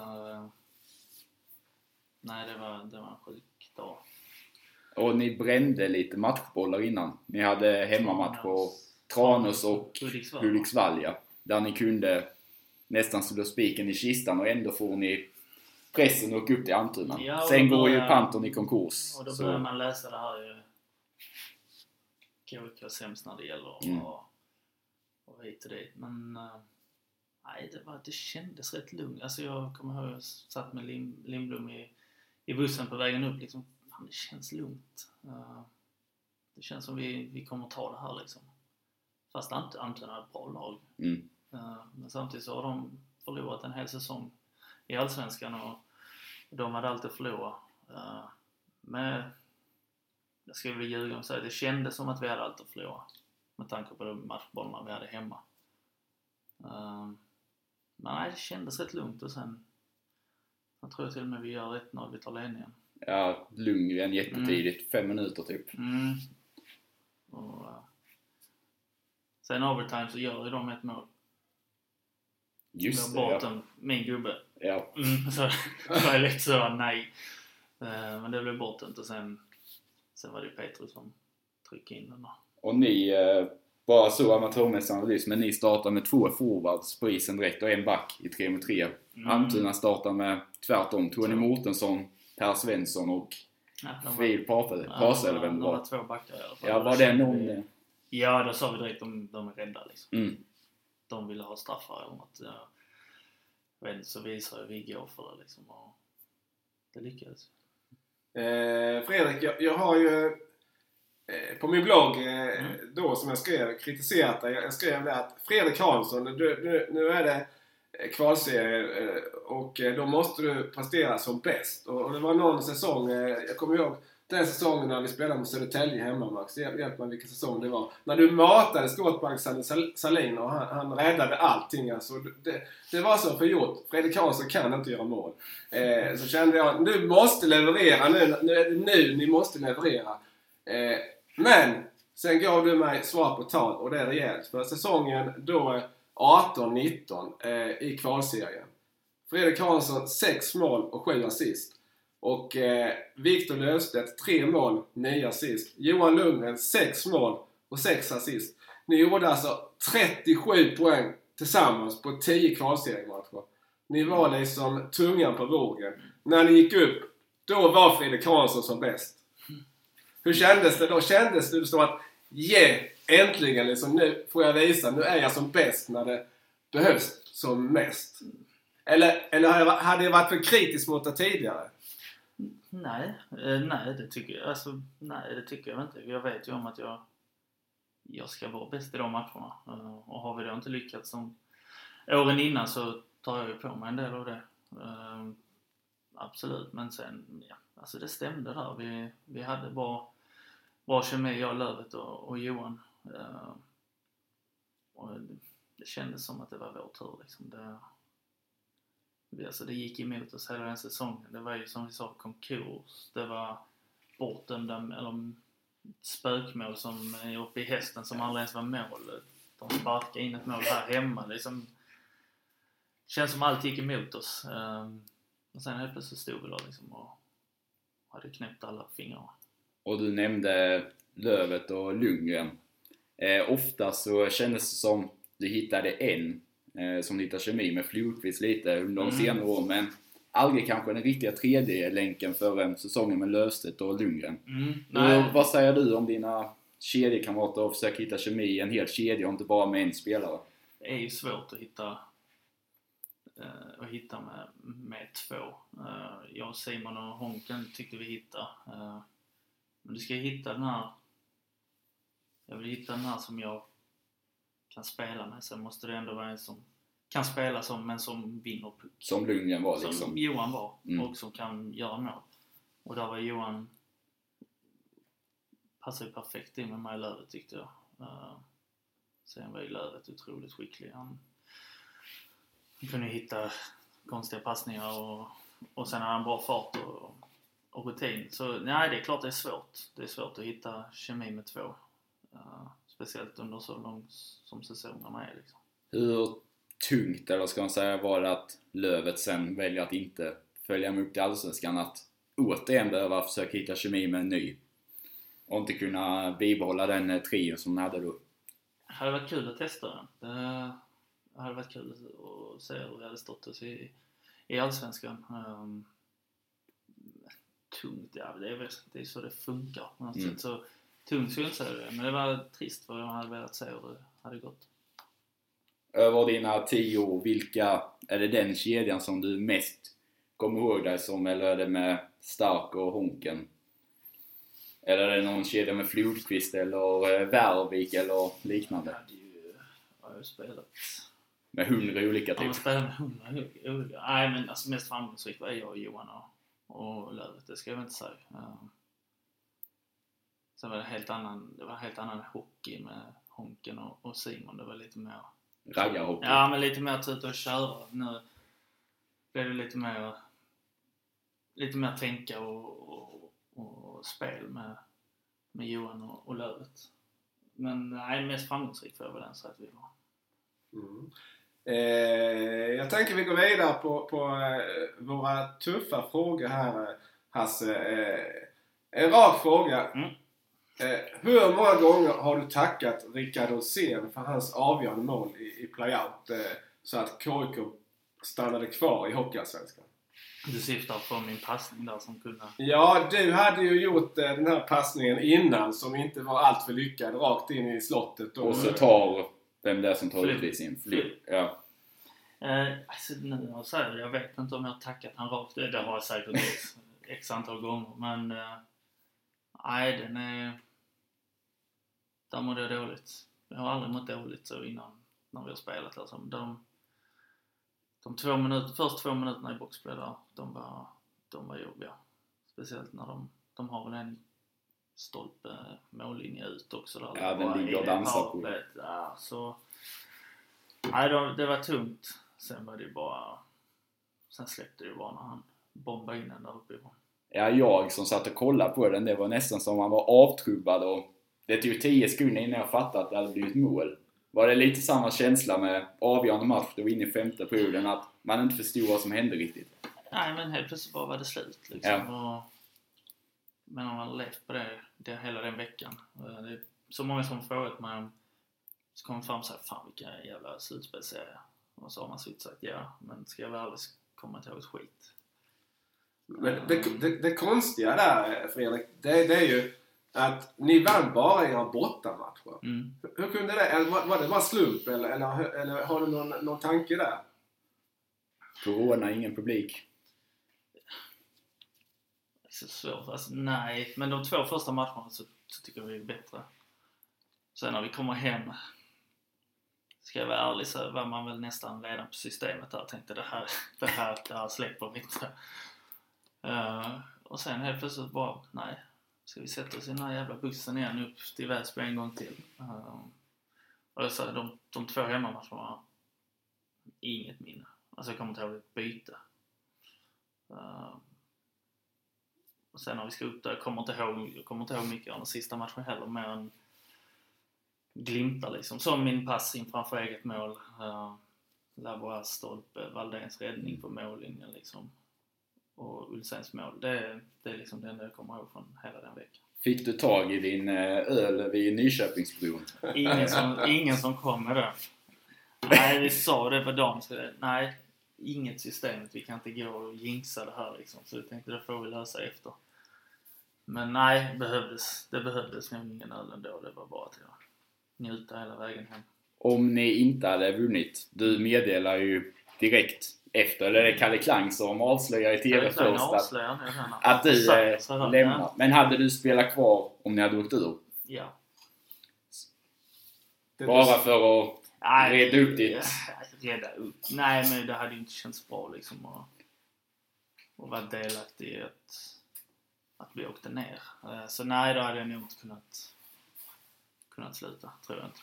nej, det var en sjuk dag. Och ni brände lite matchbollar innan. Ni hade hemmamatch på Tranås och Hudiksvall, ja. Där ni kunde nästan slå spiken i kistan och ändå får ni pressen och upp till Almtuna. Ja, Sen går ju Pantern i konkurs. Och då börjar man läsa det här ju. KIK sämst när det gäller och hit och dit. Men nej, det kändes rätt lugnt. Alltså jag kommer ihåg, jag satt med Lindblom i bussen på vägen upp liksom. Fan, det känns lugnt. Det känns som vi kommer ta det här liksom. Fast Almtuna är ett bra lag. Men samtidigt så har de förlorat en hel säsong i Allsvenskan och de hade alltid förlorat. Men jag skulle väl ljuga om att säga det kändes som att vi hade alltid förlorat med tanke på de matchbollarna vi hade hemma. Men nej, det kändes rätt lugnt och sen jag tror till och med vi gör 1-0, vi tar ledningen. Ja, Lundgren jättetidigt, 5 minuter typ. Och sen overtime så gör ju de ett mål. Just det, bort min gubbe. Ja. Så var det lite så, nej. Men det blev bortdömt och sen var det Petrus som tryckte in den där. Och ni, bara så amatörmässig analys, men ni startar med 2 forwards på isen direkt och en back i 3-3. Almtuna startar med tvärtom, Tony Mårtensson, Per Svensson och Frid Paselven. De var 2 backar i alla fall. Ja, var det någon... Ja, då sa vi direkt de är rädda liksom. De ville ha straffar eller något. Så visade vi går för det liksom. Och det lyckades. Fredrik, jag har ju på min blogg då som jag skrev kritiserat dig. Jag skrev det att Fredrik Hansson, nu är det kvalserie och då måste du prestera som bäst. Och det var någon säsong, jag kommer ihåg den säsongen när vi spelade med Södertälje hemma, Max. Hjälp mig vilken säsong det var. När du matade skott på Alexander Salin och han räddade allting. Alltså, det var så förgjort. Fredrik Hansson kan inte göra mål. Så kände jag, du måste leverera. Nu ni måste leverera. Men sen gav du mig svar på tal och det är rejält. För säsongen då 18-19 i kvalserien. Fredrik Hansson 6 mål och 7 assist. Och Viktor Löfstedt 3 mål, 9 assist. Johan Lundgren 6 mål och 6 assist. Ni gjorde alltså 37 poäng tillsammans på 10 kvalseriematcher. Ni var liksom tungan på vågen. När ni gick upp, då var Fredrik Hansson som bäst. Hur kändes det då? Kändes det som att äntligen liksom, nu får jag visa, nu är jag som bäst när det behövs som mest? Eller hade jag varit för kritisk mot det tidigare? Nej, det tycker jag. Alltså, nej, det tycker jag inte. Jag vet ju om att jag ska vara bäst i de matcherna. Och har vi då inte lyckats som åren innan så tar jag ju på mig en del av det. Absolut, men sen, ja, alltså det stämde där. Vi hade bra kemi, jag, Lövet och Johan. Och det kändes som att det var vår tur liksom. Alltså det gick emot oss hela den säsongen. Det var ju som vi sa konkurs. Det var bortdömda eller spökmål som är uppe i hästen som aldrig ens var mål. De sparkade in ett mål här hemma. Det liksom, känns som allt gick emot oss. Och sen helt plötsligt stod vi där liksom och hade knäppt alla fingrar. Och du nämnde Lövet och Lundgren. Ofta så kändes det som du hittade en som hittar kemi med Flugqvist lite under de senare år, men aldrig kanske den riktiga 3D-länken för säsongen med Löfstedt och Lundgren. Vad säger du om dina kedjekamrater och försöka hitta kemi i en hel kedja och inte bara med en spelare? Det är ju svårt att hitta med 2. Jag, Simon och Honken tyckte vi hittade. Men du ska hitta den här. Jag vill hitta den här som jag kan spela med. Sen måste det ändå vara en som kan spela som, men som vinner puck. Som Lundgren var liksom. Som Johan var. Och som kan göra mål. Och där var Johan passade perfekt in med mig i Lövet tyckte jag. Sen var ju Lövet otroligt skicklig. Han kunde hitta konstiga passningar och sen har han bra fart och rutin. Så nej, det är klart det är svårt. Det är svårt att hitta kemi med 2. Speciellt under så lång som säsongerna är liksom. Hur tungt, eller ska man säga, var det att Lövet sen väljer att inte följa med upp till Allsvenskan, att återigen behöva försöka hitta kemi med en ny och inte kunna bibehålla den trio som man hade då? Det hade varit kul att testa den. hade varit kul att se hur vi hade stått oss i Allsvenskan. Tungt, ja, det är så det funkar. Så tungt skulle jag inte säga det, men det var trist för jag hade velat se hur det hade gått. Över dina 10 år, vilka är det den kedjan som du mest kommer ihåg dig som, eller är det med Stark och Honken? Eller är det någon kedja med Flodqvist eller Värvik eller liknande? Jag har ju spelat med 100 olika typer. Jag har spelat med 100 olika. Nej, men alltså mest framgångsrikt var jag och Johan och Lövet, det ska jag inte säga. Sen var det helt annan hockey med Honken och Simon. Det var lite mer raggarhockey. Ja, men lite mer att ut och köra. Nu blev det lite mer tänka och spel med Johan och Lövet. Men nej, mest framgångsrikt för väl den så att vi var. Jag tänker vi går vidare på våra tuffa frågor här, Hasse. En rak fråga. Hur många gånger har du tackat Rickard Olsén för hans avgörande mål i playout så att KIK stannade kvar i Hockeyallsvenskan? Du syftar på min passning där som kunde... Ja, du hade ju gjort den här passningen innan som inte var allt för lyckad, rakt in i slottet. Och så tar vem det är som tar utvisningen. Ja. Alltså, nu jag säger det, jag vet inte om jag har tackat han rakt. Det har jag säkert gjort x antal gånger. Men nej, den är... Där mådde jag dåligt. Jag har aldrig mått dåligt så innan när vi har spelat. Alltså. De första 2 minuterna i boxplay där, de var jobbiga. Speciellt när de har väl en stolpe mållinje ut också där. Ja, den ligger och dansar på det. Ja, så... Nej, det var tungt. Sen var det ju bara... Sen släppte det ju bara när han bombade in den där uppifrån. Ja, jag som satt och kollade på den, det var nästan som man var avtrubbad och det tog 10 sekunder innan jag fattade att det hade blivit mål. Var det lite samma känsla med avgörande match då vi inne i 5:e perioden att man inte förstod vad som hände riktigt? Nej, men helt plötsligt bara var det slut liksom. Ja. Men man har levt på det hela den veckan. Det är så många som frågat mig om så kommer fram och säger, fan vilka jävla slutspelserie. Och så har man sagt ja, men ska jag väl aldrig komma till ett skit. Men det konstiga där, Fredrik, det är ju att ni vann bara era bortamatcher. Hur kunde det? Var det bara slump eller har du någon tanke där? Corona, ingen publik. Det är så svårt. Alltså, nej, men de 2 första matcherna så tycker vi är bättre. Sen när vi kommer hem, ska jag vara ärlig så var man väl nästan redan på systemet där. Tänkte det här släpper vi inte. Och sen helt plötsligt bara, nej. Ska vi sätta oss i den här jävla bussen igen upp till Väsby en gång till. Och jag sa, de 2 hemmamatcherna, inget minne. Alltså jag kommer inte ihåg ett byte. Och sen när vi ska upp där, jag kommer inte ihåg mycket av den sista matchen heller. Mer än glimtar liksom. Som min passing framför eget mål. Lavois stolpe, Valdéns räddning på mållinjen liksom. Och Ulséns mål. Det är liksom det enda jag kommer ihåg från hela den veckan. Fick du tag i din öl vid Nyköpingsbron? Ingen som kom med det. Nej, vi sa det på dagen. Nej, inget system. Vi kan inte gå och jinxa det här liksom. Så jag tänkte det får vi lösa efter. Men nej, det behövdes nog ingen öl ändå. Det var bara att jag njuta hela vägen hem. Om ni inte hade vunnit, du meddelar ju direkt efter, eller det är Kalle Klang som avslöjar i TV först att du lämnar. Men hade du spelat kvar om ni hade åkt ur? Ja. Bara för att reda upp ditt... Reda upp? Nej, men det hade ju inte känts bra liksom att vara delaktig i att vi åkte ner. Så nej, då hade jag nog inte kunnat sluta, tror jag inte.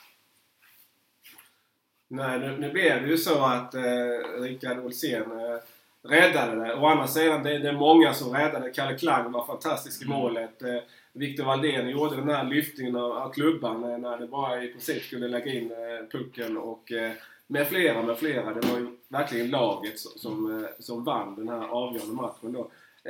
Nej, nu blev det ju så att Rickard Olsén räddade det. Å andra sidan, det är många som räddade. Kalle Klang var fantastisk i målet. Victor Valdén gjorde den här lyftningen av klubban när det bara i princip skulle lägga in pucken. Och med flera. Det var ju verkligen laget som vann den här avgörande matchen då.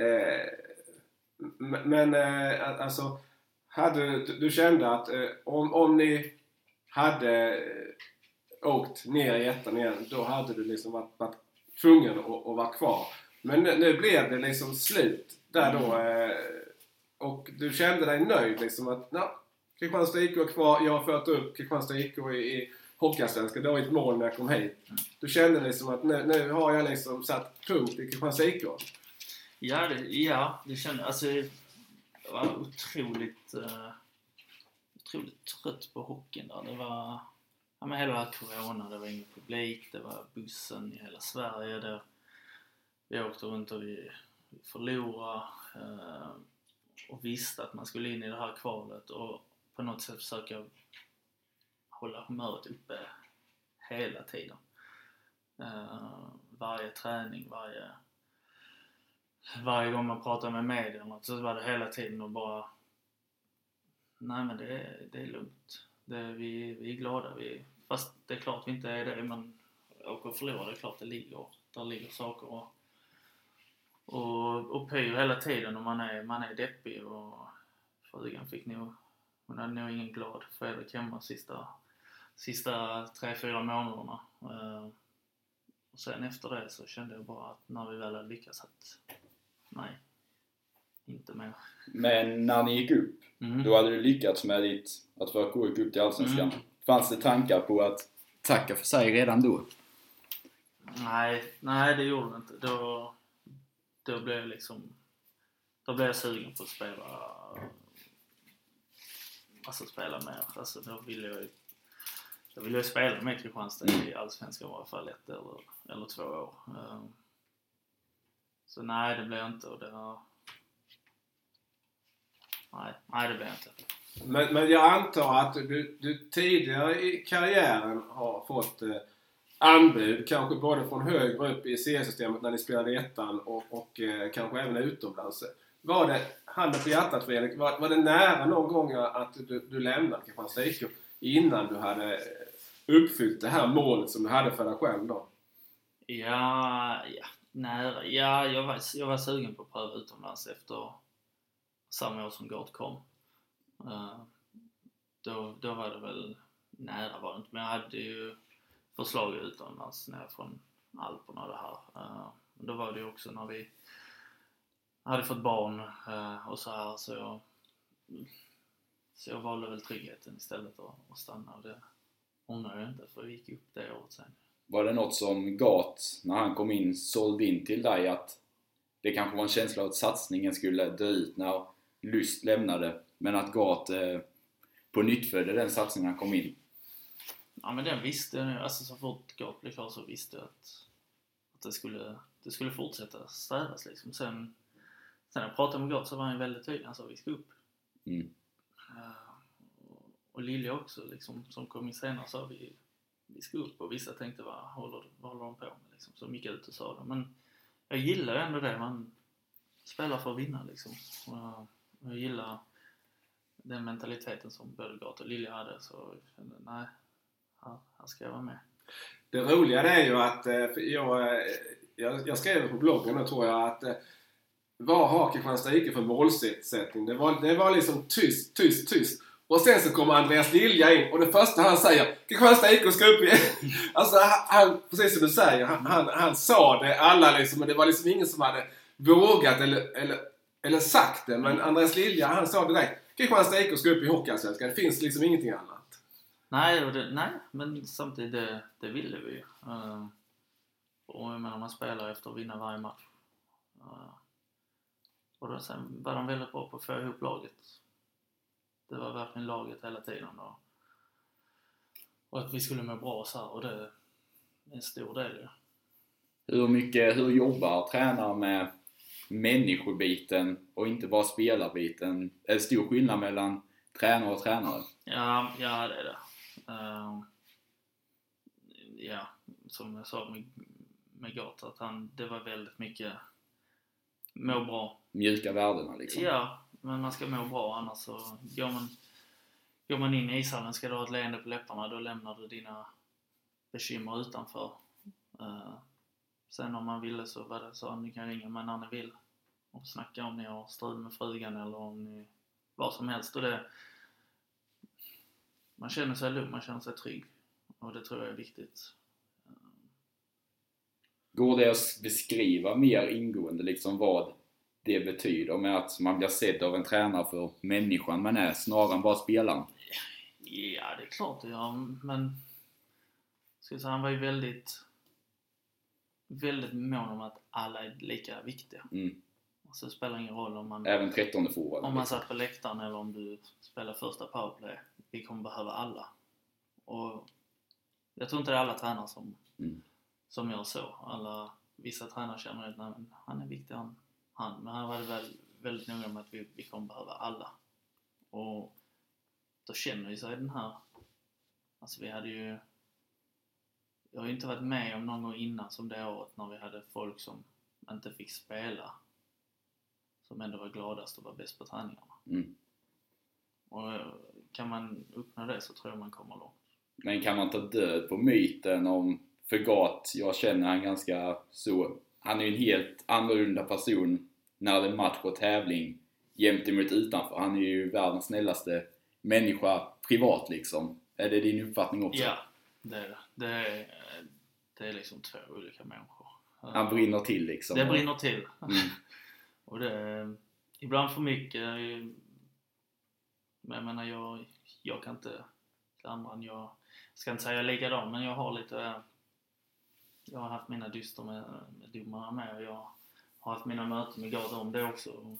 Men alltså, du kände att om ni hade åkt ner i ettan igen, då hade du liksom varit tvungen att vara kvar. Men nu blev det liksom slut där då. Och du kände dig nöjd liksom att Kristianstad IK är kvar. Jag har fört upp Kristianstad IK i Hockeyallsvenskan. Det var ett mål när jag kom hit. Du kände liksom att nu har jag liksom satt punkt i Kristianstad IK. Ja, det kände alltså. Jag var otroligt trött på hockeyn där. Det var hela corona, det var ingen publik, det var bussen i hela Sverige där vi åkte runt och vi förlorade och visste att man skulle in i det här kvalet och på något sätt försöka hålla humöret uppe hela tiden. Varje träning, varje gång man pratar med medierna så var det hela tiden och bara nej men det är lugnt. Vi är glada. Fast det är klart vi inte är det, men åker och förlorar, det är klart där ligger saker och pyr hela tiden och man är deppig och frugan hon hade nog ingen glad Fredrik hemma sista 3-4 månaderna. Och sen efter det så kände jag bara att när vi väl hade lyckats att nej, inte mer. Men när ni gick upp, då hade du lyckats med att få gå upp till Allsvenskan. Fanns det tankar på att tacka för sig redan då? Nej, det gjorde det inte. Då blev jag sugen på att spela mer. Alltså då ville jag spela med Kristianstad i Allsvenskan i alla fall 1 eller 2 år. Så nej, det blev inte. Och nej, det blev inte. Men jag antar att du tidigare i karriären har fått anbud, kanske både från högre upp i seriesystemet när ni spelade i ettan och kanske även utomlands. Var det, handen på hjärtat Fredrik, var det nära någon gång att du lämnade Kristianstad IK innan du hade uppfyllt det här målet som du hade för dig själv då? Ja, nära. Ja, jag var sugen på att pröva utomlands efter samma år som Gart kom. Då var det väl nära var det inte, men jag hade ju förslag utomlands ner från Alperna och det här. Då var det ju också när vi hade fått barn och så här, så jag valde väl tryggheten istället att stanna, och det ångrar jag inte för vi gick upp det året sen. Var det något som Gart, när han kom in, sålde in till dig att det kanske var en känsla av att satsningen skulle dö ut när Lust lämnade, men att Gart på nytt födde den satsningen han kom in? Ja, men den visste jag nu. Alltså så fort Gart blev klar så visste jag att det skulle fortsätta strävas liksom. Sen när jag pratade med Gart så var han väldigt tydlig. Han sa vi ska upp. Och Lilja också liksom, som kom in senare, sa vi ska upp, och vissa tänkte vad håller de på med liksom, som gick ut och sa det. Men jag gillar ändå det, man spelar för att vinna liksom. Och jag gillar den mentaliteten som både Gart och Lilja hade, så jag kände nej, här ska jag vara med. Det roliga är ju att jag skrev på bloggen och tror jag att vad har Kristianstad IK för målsättning? Det var liksom tyst. Och sen så kommer Andreas Lilja in och det första han säger, Kristianstad IK ska upp igen. Alltså han, precis som du säger, han sa det alla liksom, men det var liksom ingen som hade vågat eller sagt det. Men Andreas Lilja, han sa direkt, Kristianstad IK ska upp i Hockeyallsvenskan. Det finns liksom ingenting annat. Nej, men samtidigt det ville vi ju. Och jag menar, man spelar efter att vinna varje match. Och då sen var de väldigt bra på att få ihop laget. Det var verkligen laget hela tiden. Och att vi skulle må bra så här, och det är en stor del ju. Hur jobbar tränare med människobiten och inte bara spelarbiten? Är det stor skillnad mellan tränare och tränare? Ja, det är det. Ja, som jag sa med Gart, att det var väldigt mycket må bra. Mjuka värdena liksom. Ja, men man ska må bra, annars så går man in i ishallen, ska du ha ett leende på läpparna, då lämnar du dina bekymmer utanför. Sen om man ville så var det så att ni kan ringa mig när ni vill och snacka om ni har strul med frugan eller om ni vad som helst, och det man känner sig lugn, man känner sig trygg. Och det tror jag är viktigt. Går det att beskriva mer ingående liksom vad det betyder med att man blir sedd av en tränare för människan man är snarare än bara spelaren? Ja, det är klart det gör, men ska jag säga, han var ju väldigt mån om att alla är lika viktiga. Så det spelar ingen roll om man... Även 13:e forward. Om man satt på läktaren eller om du spelar första powerplay. Vi kommer behöva alla. Och jag tror inte det är alla tränare som gör så. Vissa tränare känner att han är viktig, han. Men han var väl väldigt noga med att vi kommer behöva alla. Och då känner vi sig den här... Alltså vi hade ju... Jag har ju inte varit med om någon gång innan som det året när vi hade folk som inte fick spela. Som ändå var gladast och var bäst på träningarna. Och kan man uppnå det så tror jag man kommer långt. Men kan man ta död på myten om Förgat? Jag känner han ganska så... Han är ju en helt annorlunda person när det är match och tävling jämt emot utanför. Han är ju världens snällaste människa privat liksom. Är det din uppfattning också? Ja, det är det. Det är liksom två olika människor. Han brinner till liksom. Det brinner till. Och det ibland för mycket. Men jag menar, jag kan inte jag ska inte säga likadan, men jag har lite... Jag har haft mina dyster med domarna med, och jag har haft mina möten med Gard om det också.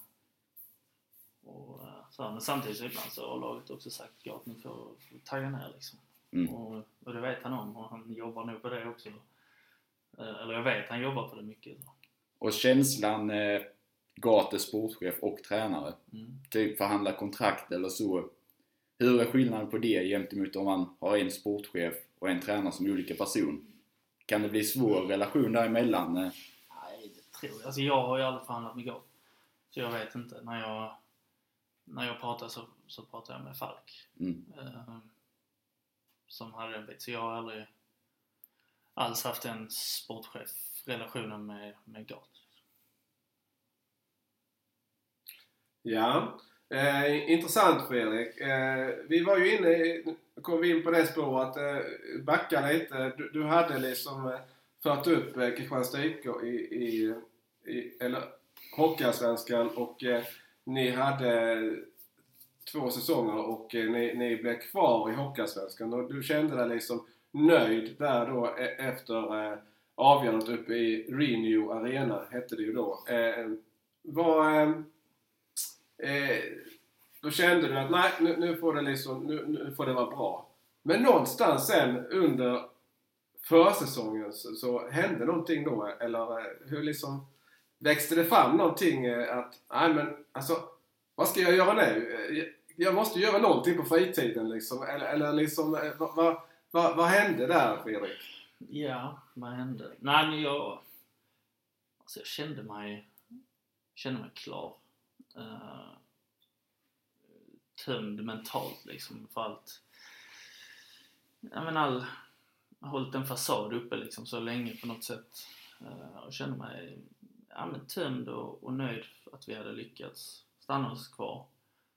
Men samtidigt så ibland så har laget också sagt Gard, nu får tagga ner liksom. Och det vet han om, och han jobbar nog på det också. Eller jag vet, han jobbar på det mycket. Så. Och känslan Gard, sportchef och tränare, typ förhandla kontrakt eller så. Hur är skillnaden på det gentemot om man har en sportchef och en tränare som är olika person? Kan det bli svår relation däremellan? Nej, det tror jag. Alltså jag har ju aldrig förhandlat med Gard. Så jag vet inte. När jag pratar så pratar jag med Falk. Som hade den bit. Så jag har aldrig alls haft en sportchef-relationen med Gard. Ja, intressant Fredrik. Vi var ju kom vi in på det spåret, backa lite. Du hade liksom fört upp Kristianstad IK i eller Hockeyallsvenskan, och ni hade 2 säsonger och ni blev kvar i Hockeyallsvenskan, och du kände dig liksom nöjd där då efter avgörandet uppe i Renew Arena, hette det ju då. Då kände du att nej, nu får det liksom, nu får det vara bra. Men någonstans sen under försäsongen så hände någonting då, eller hur liksom växte det fram någonting att nej men alltså, vad ska jag göra nu? Jag måste göra någonting på fritiden liksom, eller liksom vad hände där, Fredrik? Ja, vad hände? Nej, men jag kände mig klar. Tömd mentalt liksom för allt. Jag menar, jag har hållit en fasad uppe liksom så länge på något sätt. Och kände mig tömd och nöjd att vi hade lyckats stanna oss kvar.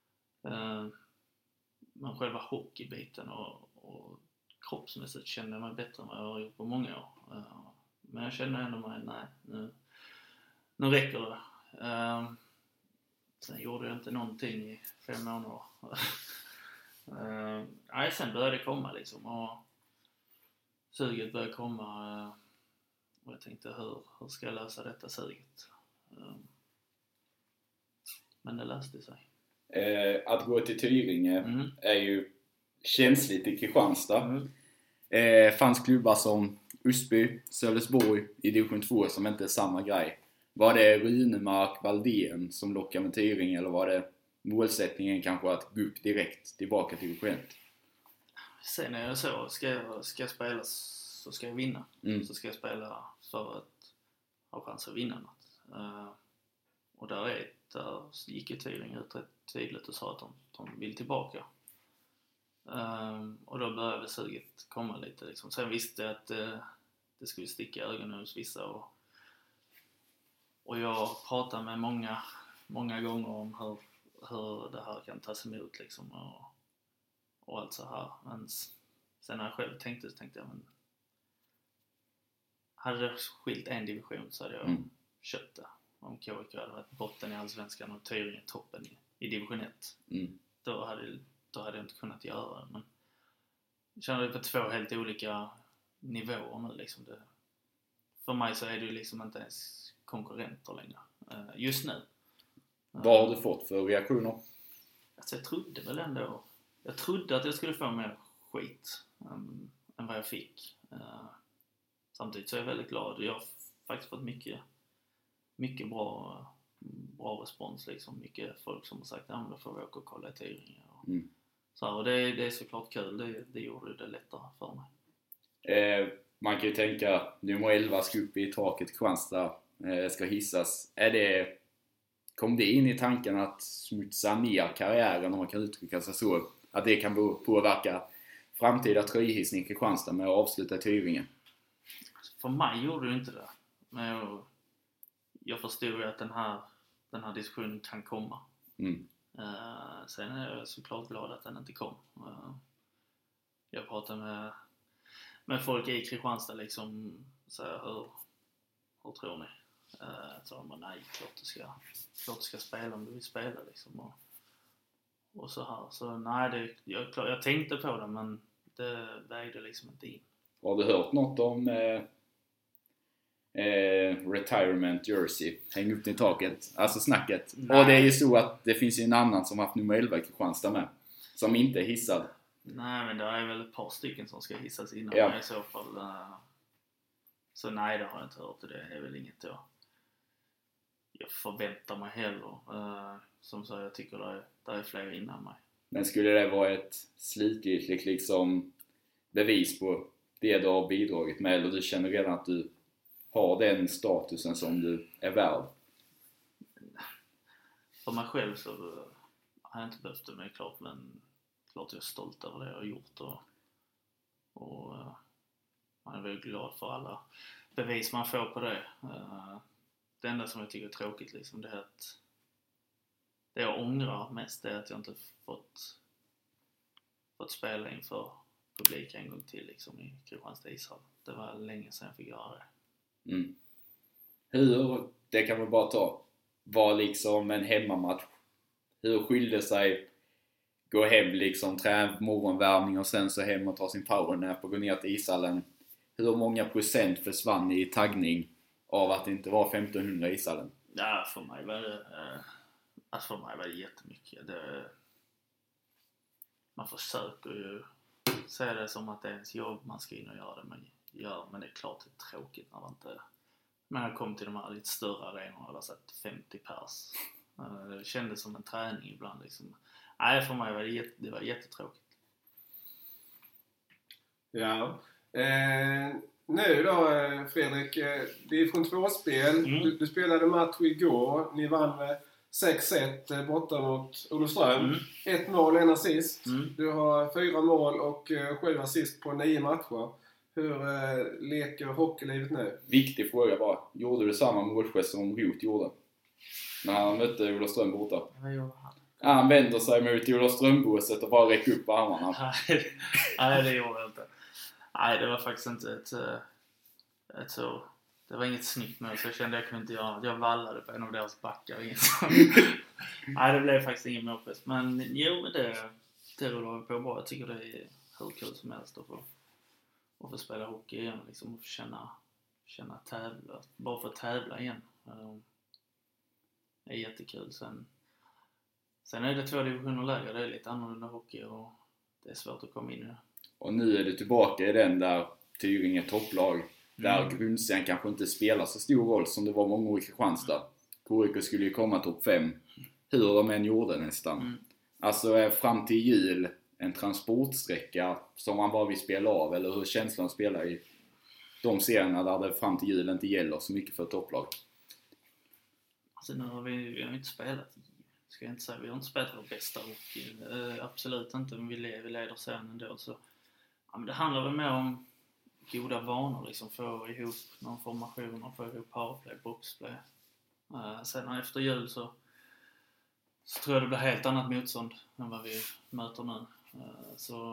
Men själva hockeybiten och kroppsmässigt kände jag mig bättre än vad jag har gjort på många år. Men jag kände ändå mig, nej, nu räcker det. Sen gjorde jag inte någonting i 5 månader. Sen började det komma liksom, och suget började komma, och jag tänkte hur ska jag lösa detta suget? Men det löste sig. Att gå till Tyringe är ju känsligt i Kristianstad. Fanns klubbar som Osby, Sölvesborg i division 2 som inte är samma grej. Var det Runemark, Valdén som lockade med Tyringe, eller var det målsättningen kanske att gå upp direkt tillbaka till division 1? Sen är jag så, ska jag spela så ska jag vinna. Så ska jag spela för att ha chans att vinna något. Och där gick ju Tyringe ut rätt tydligt och sa att de vill tillbaka. Och då började suget komma lite liksom. Sen visste jag att det skulle sticka ögonen hos vissa, och jag pratade med många gånger om hur det här kan tas emot liksom, och allt så här. Men sen när jag själv tänkte jag, men hade det skilt en division så hade jag köpt det. Om KIK hade varit botten i Allsvenskan och Tyringen toppen i division 1. Då hade jag inte kunnat göra det. Men jag känner det på 2 helt olika nivåer nu liksom. För mig så är det ju liksom inte ens konkurrenter längre. Just nu. Vad har du fått för reaktioner? Alltså jag trodde väl ändå... Jag trodde att jag skulle få mer skit än vad jag fick. Samtidigt så är jag väldigt glad. Jag har faktiskt fått mycket bra respons liksom. Mycket folk som har sagt ja men då får vi åka och kolla i Tyringe. Och det är såklart kul. Det gjorde det lättare för mig. Man kan ju tänka nummer 11 ska upp i taket, Kristianstad ska hissas. Kom det in i tanken att smutsa ner karriären, om man kan uttrycka sig så, att det kan påverka framtida tröjhissning i Kristianstad med att avsluta i Tyringen? För mig gjorde det inte det. Men jag förstod ju att den här diskussionen kan komma. Sen är jag såklart glad att den inte kom. Jag pratade med folk i Kristianstad liksom, så hur tror ni? Så de bara, nej, klart du ska spela om du vill spela liksom. Och så här. Så nej, jag tänkte på det, men det vägde liksom inte in. Har du hört något om retirement jersey? Häng upp den i taket. Alltså snacket. Nej. Och det är ju så att det finns ju en annan som har haft nummer 11 i Kristianstad med. Som inte är hissad. Nej, men det är väl ett par stycken som ska hissas innan i så fall. Så nej, det har jag inte hört. Det är väl inget jag förväntar mig heller. Som så jag tycker det är fler innan mig. Men skulle det vara ett slutgiltigt liksom bevis på det du har bidragit med? Eller du känner redan att du har den statusen som du är värd? För mig själv så har jag inte behövt det, men klart, men klart jag är stolt över det jag har gjort och man är väldigt glad för alla bevis man får på det. Det enda som jag tycker är tråkigt liksom, det är att det jag ångrar mest är att jag inte fått spela inför publik en gång till liksom, i Kristianstad ishall. Det var länge sedan jag fick göra det. Hur, det kan man bara ta, var liksom en hemmamatch. Hur skilde sig gå hem liksom, träna morgonvärmning och sen så hem och ta sin powernap och gå ner till ishallen? Hur många procent försvann i taggning av att det inte var 1500 i ishallen? Ja, för mig var det jättemycket. Man försöker ju se det som att det är ens jobb, man ska in och göra det men det är klart det är tråkigt när man inte... Men jag kom till de här lite större arenorna och där satt 50 pers. Det kändes som en träning ibland liksom. Nej, för mig var det var jättetråkigt. Ja. Nu då Fredrik, division 2-spel. Du spelade match igår. Ni vann med 6-1 borta mot Olofström. 1 mål, 1 assist. Du har 4 mål och 7 assist på 9 matcher. Hur leker hockeylivet nu? Viktig fråga bara. Gjorde du samma målgest som Rot gjorde? När han mötte Olofström borta? Vad gjorde han? Han vänder sig mot Olofströmbåset och bara räcker upp armarna. Nej, det gjorde jag inte. Nej, det var faktiskt inte ett så... Det var inget snyggt mål, så jag kände jag kunde inte göra det. Jag vallade på en av deras backar. Nej, det blev faktiskt ingen målgest. Men jo, det rullar på bra. Jag tycker det är hur kul som helst att få spela hockey igen. Liksom, och känna tävla. Bara för att tävla igen. Det är jättekul. Sen är det 2 divisioner lägre. Det är lite annorlunda hockey och det är svårt att komma in i det. Och nu är du tillbaka i den där Tyringe topplag. Där grundserien kanske inte spelar så stor roll som det var många år i Kristianstad. KIK skulle ju komma topp 5. Hur de än gjorde nästan. Alltså fram till jul en transportsträcka som man bara vill spela av. Eller hur känslan spelar i de serierna där det fram till jul inte gäller så mycket för ett topplag. Alltså nu har vi har inte spelat, ska jag inte säga, vi har inte spelat vår bästa hockey. Absolut inte, men vi leder serien ändå. Så, ja, men det handlar väl mer om goda vanor, liksom, få ihop någon formation och få ihop powerplay, boxplay. Sen efter jul så tror jag det blir helt annat motstånd än vad vi möter nu. Så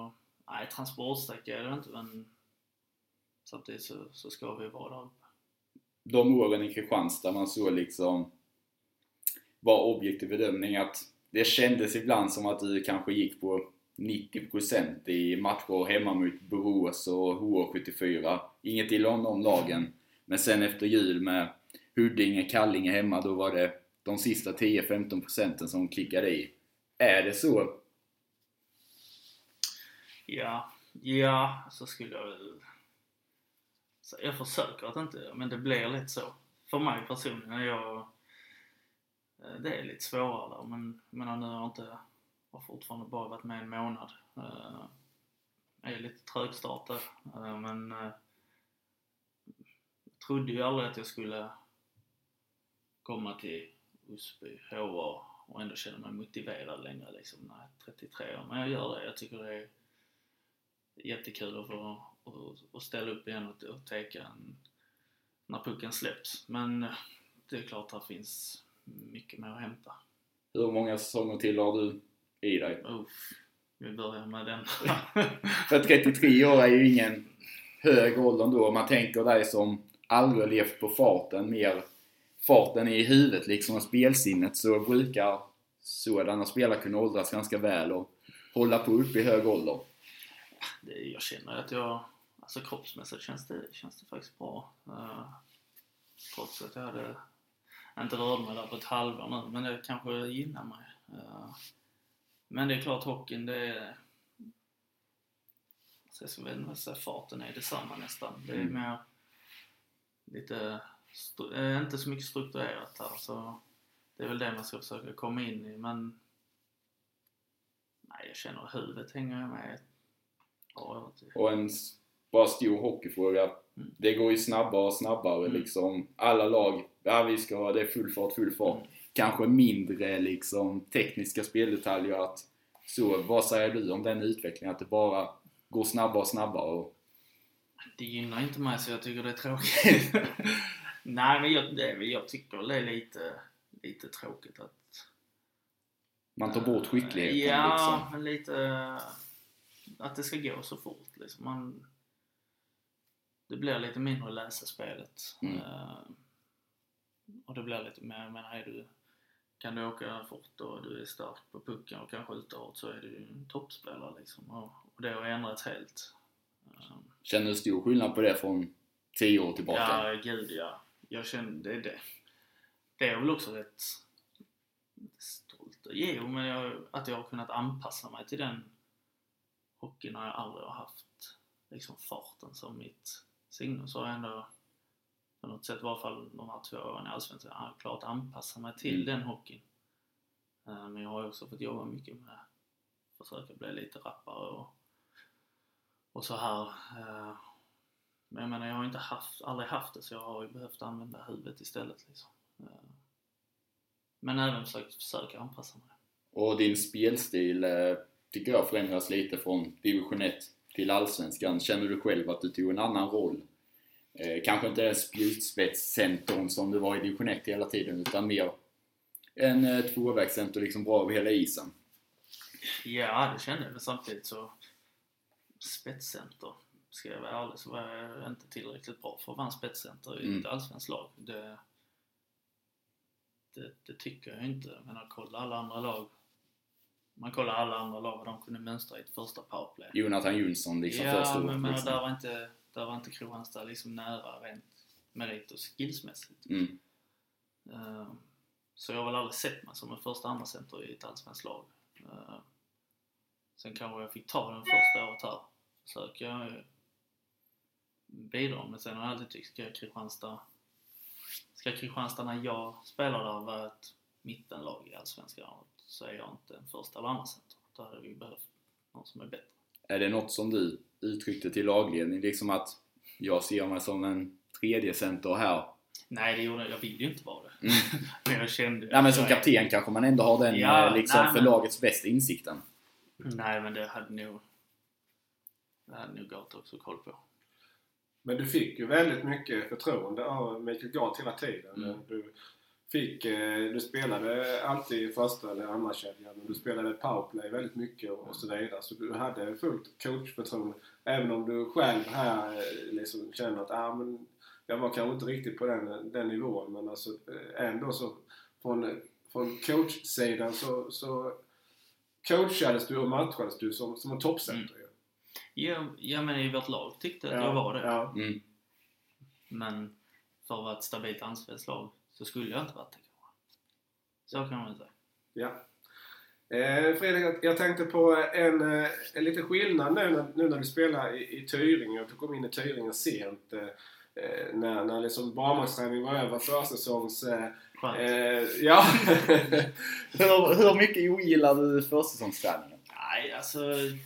Nej, transportsträcka är det inte, men samtidigt så ska vi vara där uppe. De åren i Kristianstad man så liksom var objektiv bedömning att det kändes ibland som att du kanske gick på 90% i matcher hemma mot Borås och H74. Inget illa om de lagen. Men sen efter jul med Huddinge, Kallinge hemma, då var det de sista 10-15% som klickade i. Är det så? Ja, så skulle jag väl... Så jag försöker att inte, men det blir lite så. För mig personligen, det är lite svårare där, men nu har fortfarande bara varit med en månad. Jag är lite trögstartad, men jag trodde ju aldrig att jag skulle komma till Osby, HR och ändå känna mig motiverad längre liksom, när jag är 33 år. Men jag gör det, jag tycker det är jättekul att få ställa upp igen och teka när pucken släpps. Men det är klart att det finns mycket mer att hämta. Hur många säsonger till har du i dig? Vi börjar med den. För 33 år är ju ingen hög ålder då. Man tänker dig som aldrig levt på farten, mer farten i huvudet liksom och spelsinnet, så brukar sådana spelare kunna åldras ganska väl och hålla på upp i hög ålder. Jag känner att alltså kroppsmässigt känns det faktiskt bra. Trots att jag hade inte rört mig där på ett halvår nu, men det kanske gynnar mig. Men det är klart, hockeyn, det är... Så jag ska väl inte säga farten är detsamma nästan. Det är mer lite... inte så mycket strukturerat här, så det är väl det man ska försöka komma in i, men... Nej, jag känner att huvudet hänger med. Och en bara stor hockeyfråga. Det går ju snabbare och snabbare liksom. Alla lag, vi ska ha det är full fart. Kanske mindre liksom tekniska speldetaljer. Så vad säger du om den utvecklingen? Att det bara går snabbare och snabbare? Och... Det gynnar inte mig, så jag tycker det är tråkigt. Nej, men jag tycker det är lite tråkigt att man tar bort skickligheten liksom. Men lite att det ska gå så fort liksom. Det blir lite mindre läsa spelet. Och det blir lite mer, jag menar, kan du åka fort och du är stark på pucken och kan skjuta hårt, så är du en toppspelare liksom. Och det har ändrats helt. Känner du stor skillnad på det från 10 år tillbaka? Ja, gud ja. Jag känner det. Det är väl också rätt stolt. Jo, men att jag har kunnat anpassa mig till den hockeyn har jag aldrig haft liksom farten som mitt signum, så har jag ändå på något sätt, i alla fall de här 2 åren i Allsvenskan, jag har klart anpassa mig till den hockeyn. Men jag har också fått jobba mycket med att försöka bli lite rappare och så här. Men jag menar, jag har aldrig haft det, så jag har ju behövt använda huvudet istället liksom. Men även försöka anpassa mig. Och din spelstil tycker jag förändras lite från division 1 till Allsvenskan. Känner du själv att du tog en annan roll? Kanske inte en spjutspetscentern som du var i division 1 hela tiden, utan mer en tvåvägscenter liksom bra över hela isen. Ja, det kände jag, men samtidigt så spetscenter, ska jag vara ärlig, så var jag inte tillräckligt bra för att vara en spetscenter i ett allsvenskt lag. Det tycker jag inte. Men att kolla alla andra lag. Man kollar alla andra lag vad de kunde mönstra i ett första powerplay. Jonathan Jonsson liksom första året. Ja, men liksom. Där var inte Kristianstad liksom nära rent merit och skillsmässigt. Så jag har väl aldrig sett mig som en första andra center i ett allsvenskt lag. Sen kanske jag fick ta den första året här. Försöka bidra, men sen har jag alltid tyckt ska Kristianstad när jag spelar där vara ett mittenlag i allsvenskan, så är jag inte en första eller andra center. Då hade vi behövt någon som är bättre. Är det något som du uttryckte till lagledning, liksom att jag ser mig som en tredje center här? Nej, det gjorde jag vill ju inte vara det. Men jag kände... Nej, men som kapten kanske man ändå har den för lagets bästa insikten. Nej, men det hade nog Gart också koll på. Men du fick ju väldigt mycket förtroende av Mikael Gart hela tiden. du spelade alltid första eller andra kedjan, men du spelade powerplay väldigt mycket och så vidare. Så du hade fullt coachförtroende. Även om du själv här liksom känner att men jag var kanske inte riktigt på den nivån. Men alltså, ändå så från coachsidan så coachades du och matchades du som en toppcenter. Ja, men i vårt lag tyckte jag att jag var det. Ja. Mm. Men för att vara ett stabilt allsvenskt lag så skulle jag inte varit det. Så kan man säga. Ja. Fredrik, jag tänkte på en liten skillnad nu när du spelar i Tyringe och du kom in i Tyringe sent. När liksom barmarksträning var över försäsongs... ja. Hur mycket ogillar du försäsongsträningen? Nej, alltså...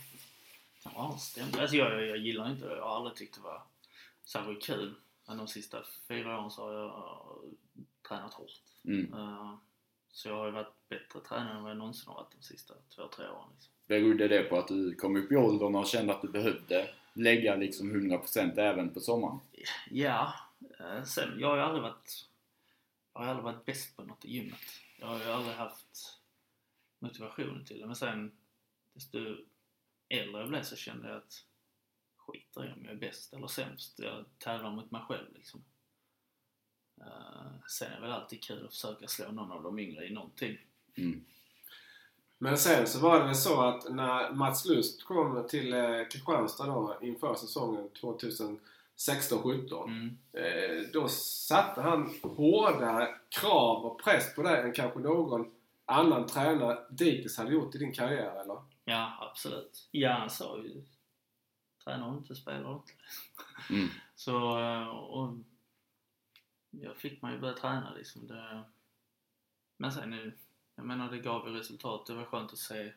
Ja, stämmer. Alltså jag gillar inte det. Jag har aldrig tyckt det var särskilt kul. Men de sista 4 åren så har jag tränat hårt. Så jag har ju varit bättre tränare än vad jag någonsin har varit de sista 2-3 åren. Liksom. Berodde det på att du kom upp i åldern och kände att du behövde lägga liksom 100% även på sommaren? Ja, sen jag har ju aldrig varit bäst på något i gymmet. Jag har ju aldrig haft motivation till det. Men sen, desto äldre jag blev så kände jag att skiter i om jag är bäst eller sämst. Jag tävlar mot mig själv liksom. Sen är det väl alltid kul att försöka slå någon av de yngre i någonting. Men sen så var det väl så att när Mats Lust kom till Kristianstad då inför säsongen 2016-17 då satte han hårda krav och press på dig än kanske någon annan tränare dittills hade gjort i din karriär, eller? Ja, absolut. Ja, han sa ju tränar inte, spelar inte. Så, och jag fick man ju börja träna liksom. Men sen nu, jag menar det gav ju resultat. Det var skönt att se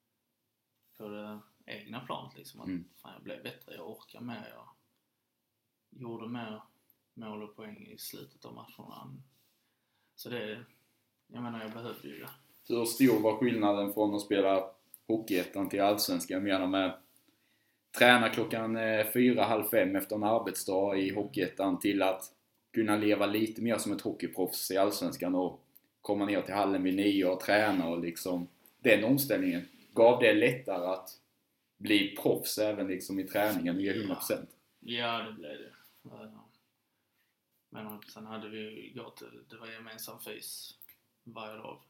på det egna planet liksom. Att fan, jag blev bättre, jag orkar mer. Jag gjorde mer mål och poäng i slutet av matcherna. Så det, jag menar jag behövde ju det. Hur stor var skillnaden från att spela Hockeyettan till Allsvenskan? Jag menar med träna klockan 4:30 efter en arbetsdag i Hockeyettan till att kunna leva lite mer som ett hockeyproffs i Allsvenskan och komma ner till hallen vid 9 och träna och liksom den omställningen. Gav det lättare att bli proffs även liksom i träningen och ge 100%? Ja, det blev det. Men sen hade vi gått, det var gemensam fys varje dag.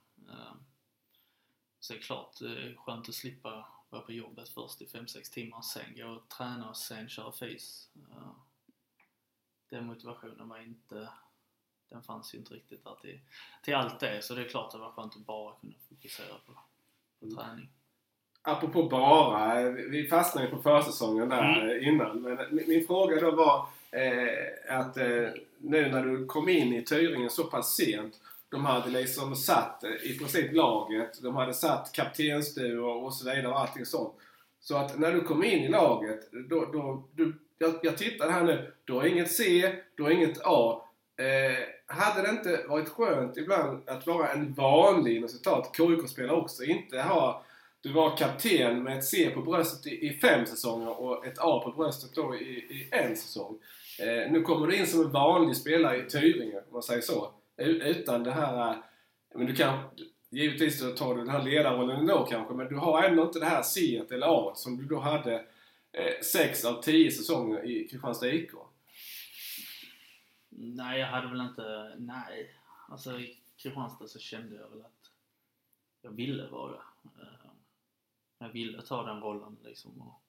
Så det är klart, det är skönt att slippa vara på jobbet först i 5-6 timmar, sen gå och träna och sen köra fys. Den motivationen var inte, den fanns ju inte riktigt där till allt det, så det är klart det var skönt att bara kunna fokusera på träning. Apropå bara, vi fastnade ju på försäsongen där innan, men min fråga då var att nu när du kom in i Tyringen så pass sent, de hade liksom satt i princip laget, de hade satt kaptensduo och så vidare och allting sånt. Så att när du kom in i laget, jag tittar här nu, du har inget C, du har inget A. Hade det inte varit skönt ibland att vara en vanlig inom citat KIK-spelare också, inte ha, du var kapten med ett C på bröstet i 5 säsonger och ett A på bröstet då i 1 säsong. Nu kommer du in som en vanlig spelare i Tyringe, om man säger så. Utan det här, men du kan givetvis så tar du den här ledarrollen då kanske, men du har ändå inte det här C eller A som du då hade 6 av 10 säsonger i Kristianstad IK. Nej, jag hade väl inte, nej. Alltså i Kristianstad så kände jag väl att jag ville vara. Jag ville ta den rollen liksom. Och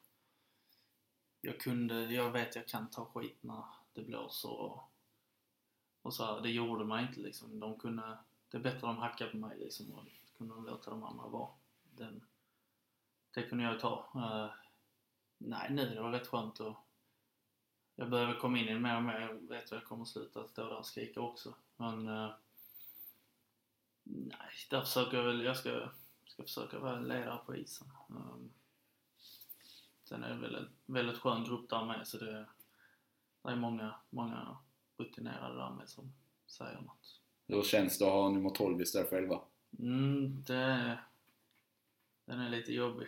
jag vet jag kan ta skit när det blåser och så här, det gjorde man inte liksom. Det är bättre de hackade på mig liksom och kunde de låta de andra vara. Det kunde jag ta. Nej, nu det var rätt skönt och jag behöver komma in i det mer och mer. Jag vet att jag kommer sluta stå där och skrika också. Men nej, där försöker jag väl, jag ska försöka vara ledare på isen. Sen är det väl en väldigt skön grupp där med, så det är många rutinerade där med som säger något. Hur känns det att ha nummer 12 istället för 11? Den är lite jobbig.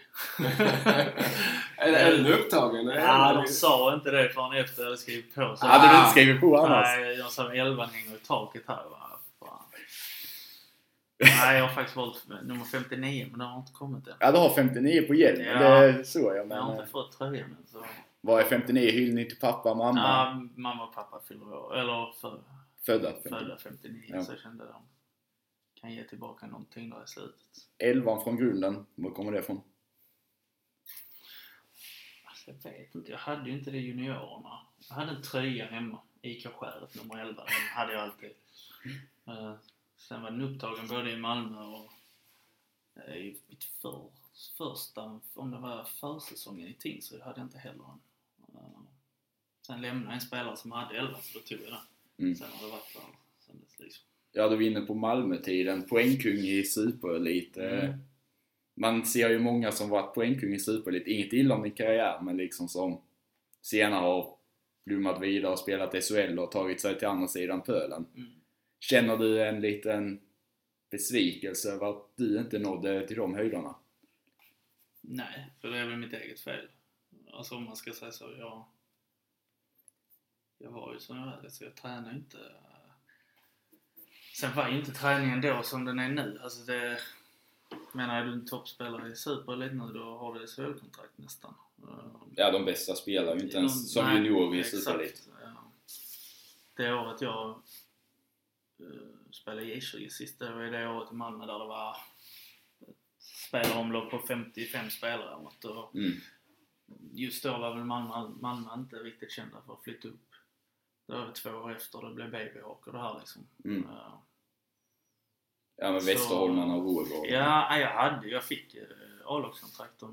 Är den upptagen? Ja, de sa inte det förrän efter jag hade skrivit på. Hade du inte skrivit på annars? Nej, jag sa 11 hänger i taket här. Nej, jag har faktiskt valt nummer 59, men det har inte kommit än. Ja, du har 59 på hjälmen. Ja. Det såg jag. Men Jag har inte fått tröjan än. Så. Vad är 59? Hyllning till pappa, mamma? Ja, mamma och pappa fyller år. Eller födda 59. Ja. Så jag kände att de kan ge tillbaka någonting där i slutet. 11 från grunden. Var kommer det ifrån? Alltså, jag vet inte. Jag hade ju inte det i juniorerna. Jag hade en tröja hemma. IK-skäret nummer 11. Den hade jag alltid. Sen var den upptagen både i Malmö och i mitt första, om det var försäsongen i Tingsryd, hade jag inte heller den. Sen lämnade en spelare som hade 11, så då tog jag den. Sen har det varit där sen dess liksom. Ja, du vinner på Malmö-tiden. Poängkung i Superelit. Man ser ju många som varit poängkung i Superelit. Inget illa om din karriär, men liksom som senare har blommat vidare och spelat SHL och tagit sig till andra sidan pölen. Känner du en liten besvikelse över att du inte nådde till de höjderna? Nej, för det är väl mitt eget fel. Alltså om man ska säga så, jag var ju som jag hade, så jag tränade inte. Sen var ju inte träningen då som den är nu. Alltså det, menar, är du en toppspelare i Superelit nu, då har du SHL-kontrakt nästan. Ja, de bästa spelar ju inte ens som junior i Superelit. Ja. Det året jag spelade i J20 sist, det var det året i Malmö där det var spelaromlopp på 55 spelare. Och just då var väl Malmö inte riktigt kända för att flytta upp. Det var 2 år efter det blev Babyhawk och det här liksom. Ja, men Västerholmarna och Vårgård. Ja, jag fick A-lagskontrakt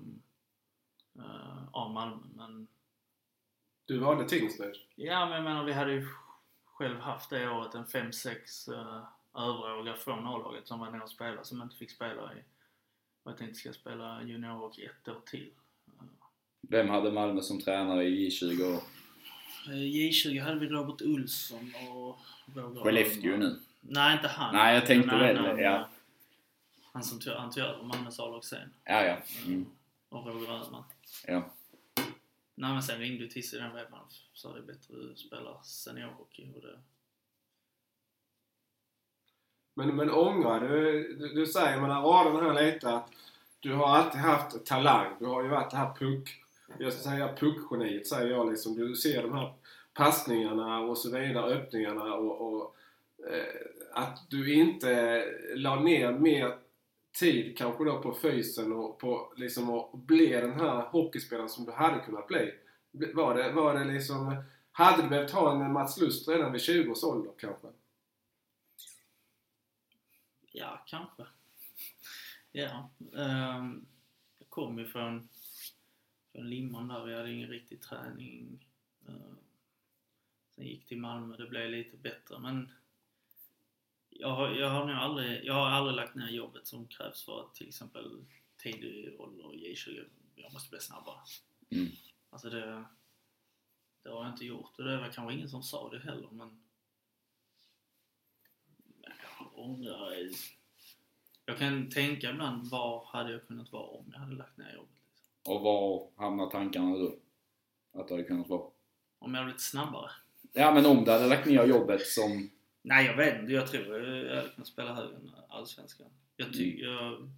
av Malmö, men... Du valde Tingsryd? Ja, men jag menar, vi hade ju själv haft det året en 5-6 överåriga från A-laget som var ner och spelade, som inte fick spela i... Och jag tänkte ska spela junior och 1 år till. Vem hade Malmö som tränare i J20 år? J20 hade vi Robert Olsson och... Skellefteå nu? Nej, inte han. Nej, jag tänkte väl, ja. Han som tog över Malmös A-lag sen. Ja. Och Roger Öhman. Ja. Nej, men sen ringde till sig den veckan, så det är bättre att spela seniorhockey och det... Men ångrar du säger mellan raderna här lite att du har alltid haft talang. Du har ju varit det här puckgeniet, säger jag liksom. Du ser de här passningarna och så vidare, öppningarna och att du inte la ner mer tid kanske då på fysen och på liksom att bli den här hockeyspelaren som du hade kunnat bli. Var det liksom, hade du behövt ha en Mats Lust redan vid 20 års ålder kanske? Ja, kanske. Ja. Jag kom ju från Limhamn där. Vi hade ingen riktig träning. Sen gick till Malmö. Det blev lite bättre. Men jag har aldrig lagt ner jobbet som krävs för att till exempel tidig ålder och J20. Jag måste bli snabbare. Alltså det har jag inte gjort. Och det var kanske ingen som sa det heller. Men jag ångrar. Jag kan tänka ibland, var hade jag kunnat vara om jag hade lagt ner jobbet? Liksom. Och var hamnar tankarna då? Att det hade kunnat vara? Om jag hade blivit snabbare? Ja, men om du hade lagt ner jobbet som... Nej, jag vet inte. Jag tror jag hade kunnat spela högre än allsvenskan. Jag tycker...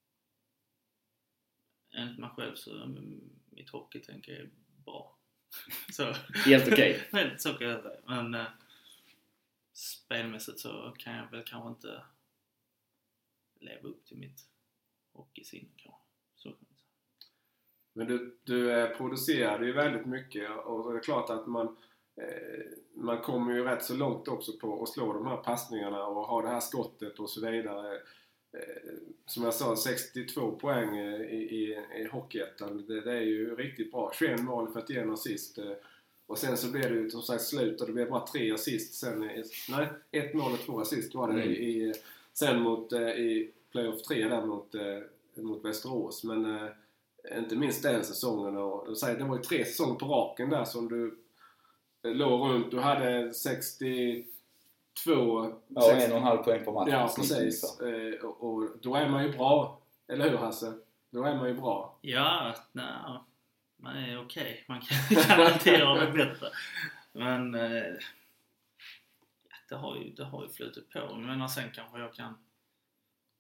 Enligt mig själv så mitt hockeytänk är bra. Så, helt okej. Okay. Så kan jag säga. Men spelmässigt så kan jag väl kanske inte leva upp till mitt hockeysinne kanske. Så kan man säga. Men du producerade ju väldigt mycket och det är klart att man kommer ju rätt så långt också på att slå de här passningarna och ha det här skottet och så vidare. Som jag sa, 62 poäng i Hockeyettan. Det är ju riktigt bra. 21 mål, 41 assist. Och sen så blev det ju som sagt slut och det blev bara 3 assist sen. Nej, 1 mål och 2 assist var det sen i playoff 3 där mot Västerås. Men inte minst den säsongen. Och det var ju 3 säsonger på raken där som du låg runt. Du hade 62... Ja, 1,5 poäng på matchen. Ja, precis. Och då är man ju bra. Eller hur, Hasse? Då är man ju bra. Ja, man är okej. Man kan alltid göra det bättre. Men det har ju flutit på. Men sen kanske jag kan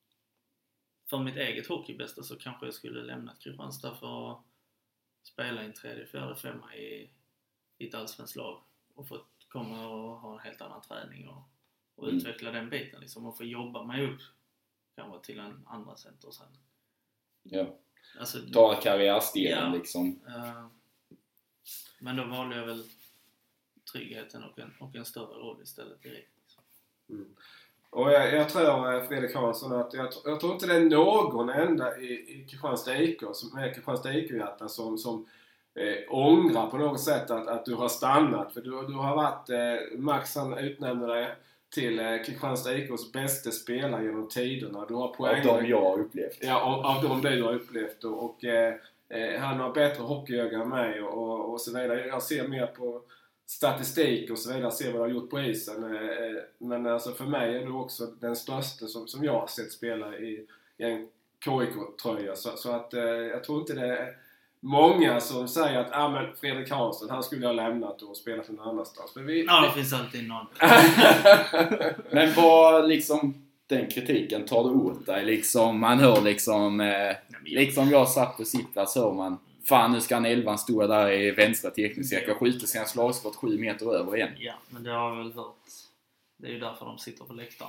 för mitt eget hockeybästa så kanske jag skulle lämna Kristianstad för att spela i en 3, 4, 5 i ett allsvenskt lag och fått komma och ha en helt annan träning och utveckla den biten liksom, och få jobba mig upp kanske till en andra center sen. Ja. Alltså, Ta karriärstegen liksom. Men då valde jag väl tryggheten och en större roll istället direkt. Och jag tror, Fredrik Hansson, att jag tror inte det är någon enda i Kristianstad IK som är Kristianstad IK-hjärta som ångrar på något sätt att du har stannat. För du har varit, Max han utnämnde dig till Kristianstad IKs bästa spelare genom tiderna. Du har poäng. Av dem jag har upplevt. Ja, av dem du har upplevt. Och han har bättre hockeyöga än mig och så vidare. Jag ser mer på statistik och så vidare, ser vad du har gjort på isen. Men alltså för mig är du också den största som jag har sett spela i en KIK-tröja. Så att jag tror inte det är många som säger att men Fredrik Hansson, han skulle ha lämnat och spelat någon annanstans. Men det finns alltid någon. Men vad liksom den kritiken tar du åt dig? Liksom, man hör liksom jag satt på sittplats, hör man fan, nu ska han 11 stå där i vänstra tekniska skjuter sina slagskott 7 meter över igen. Ja, men det har jag väl hört. Det är ju därför de sitter på läktaren.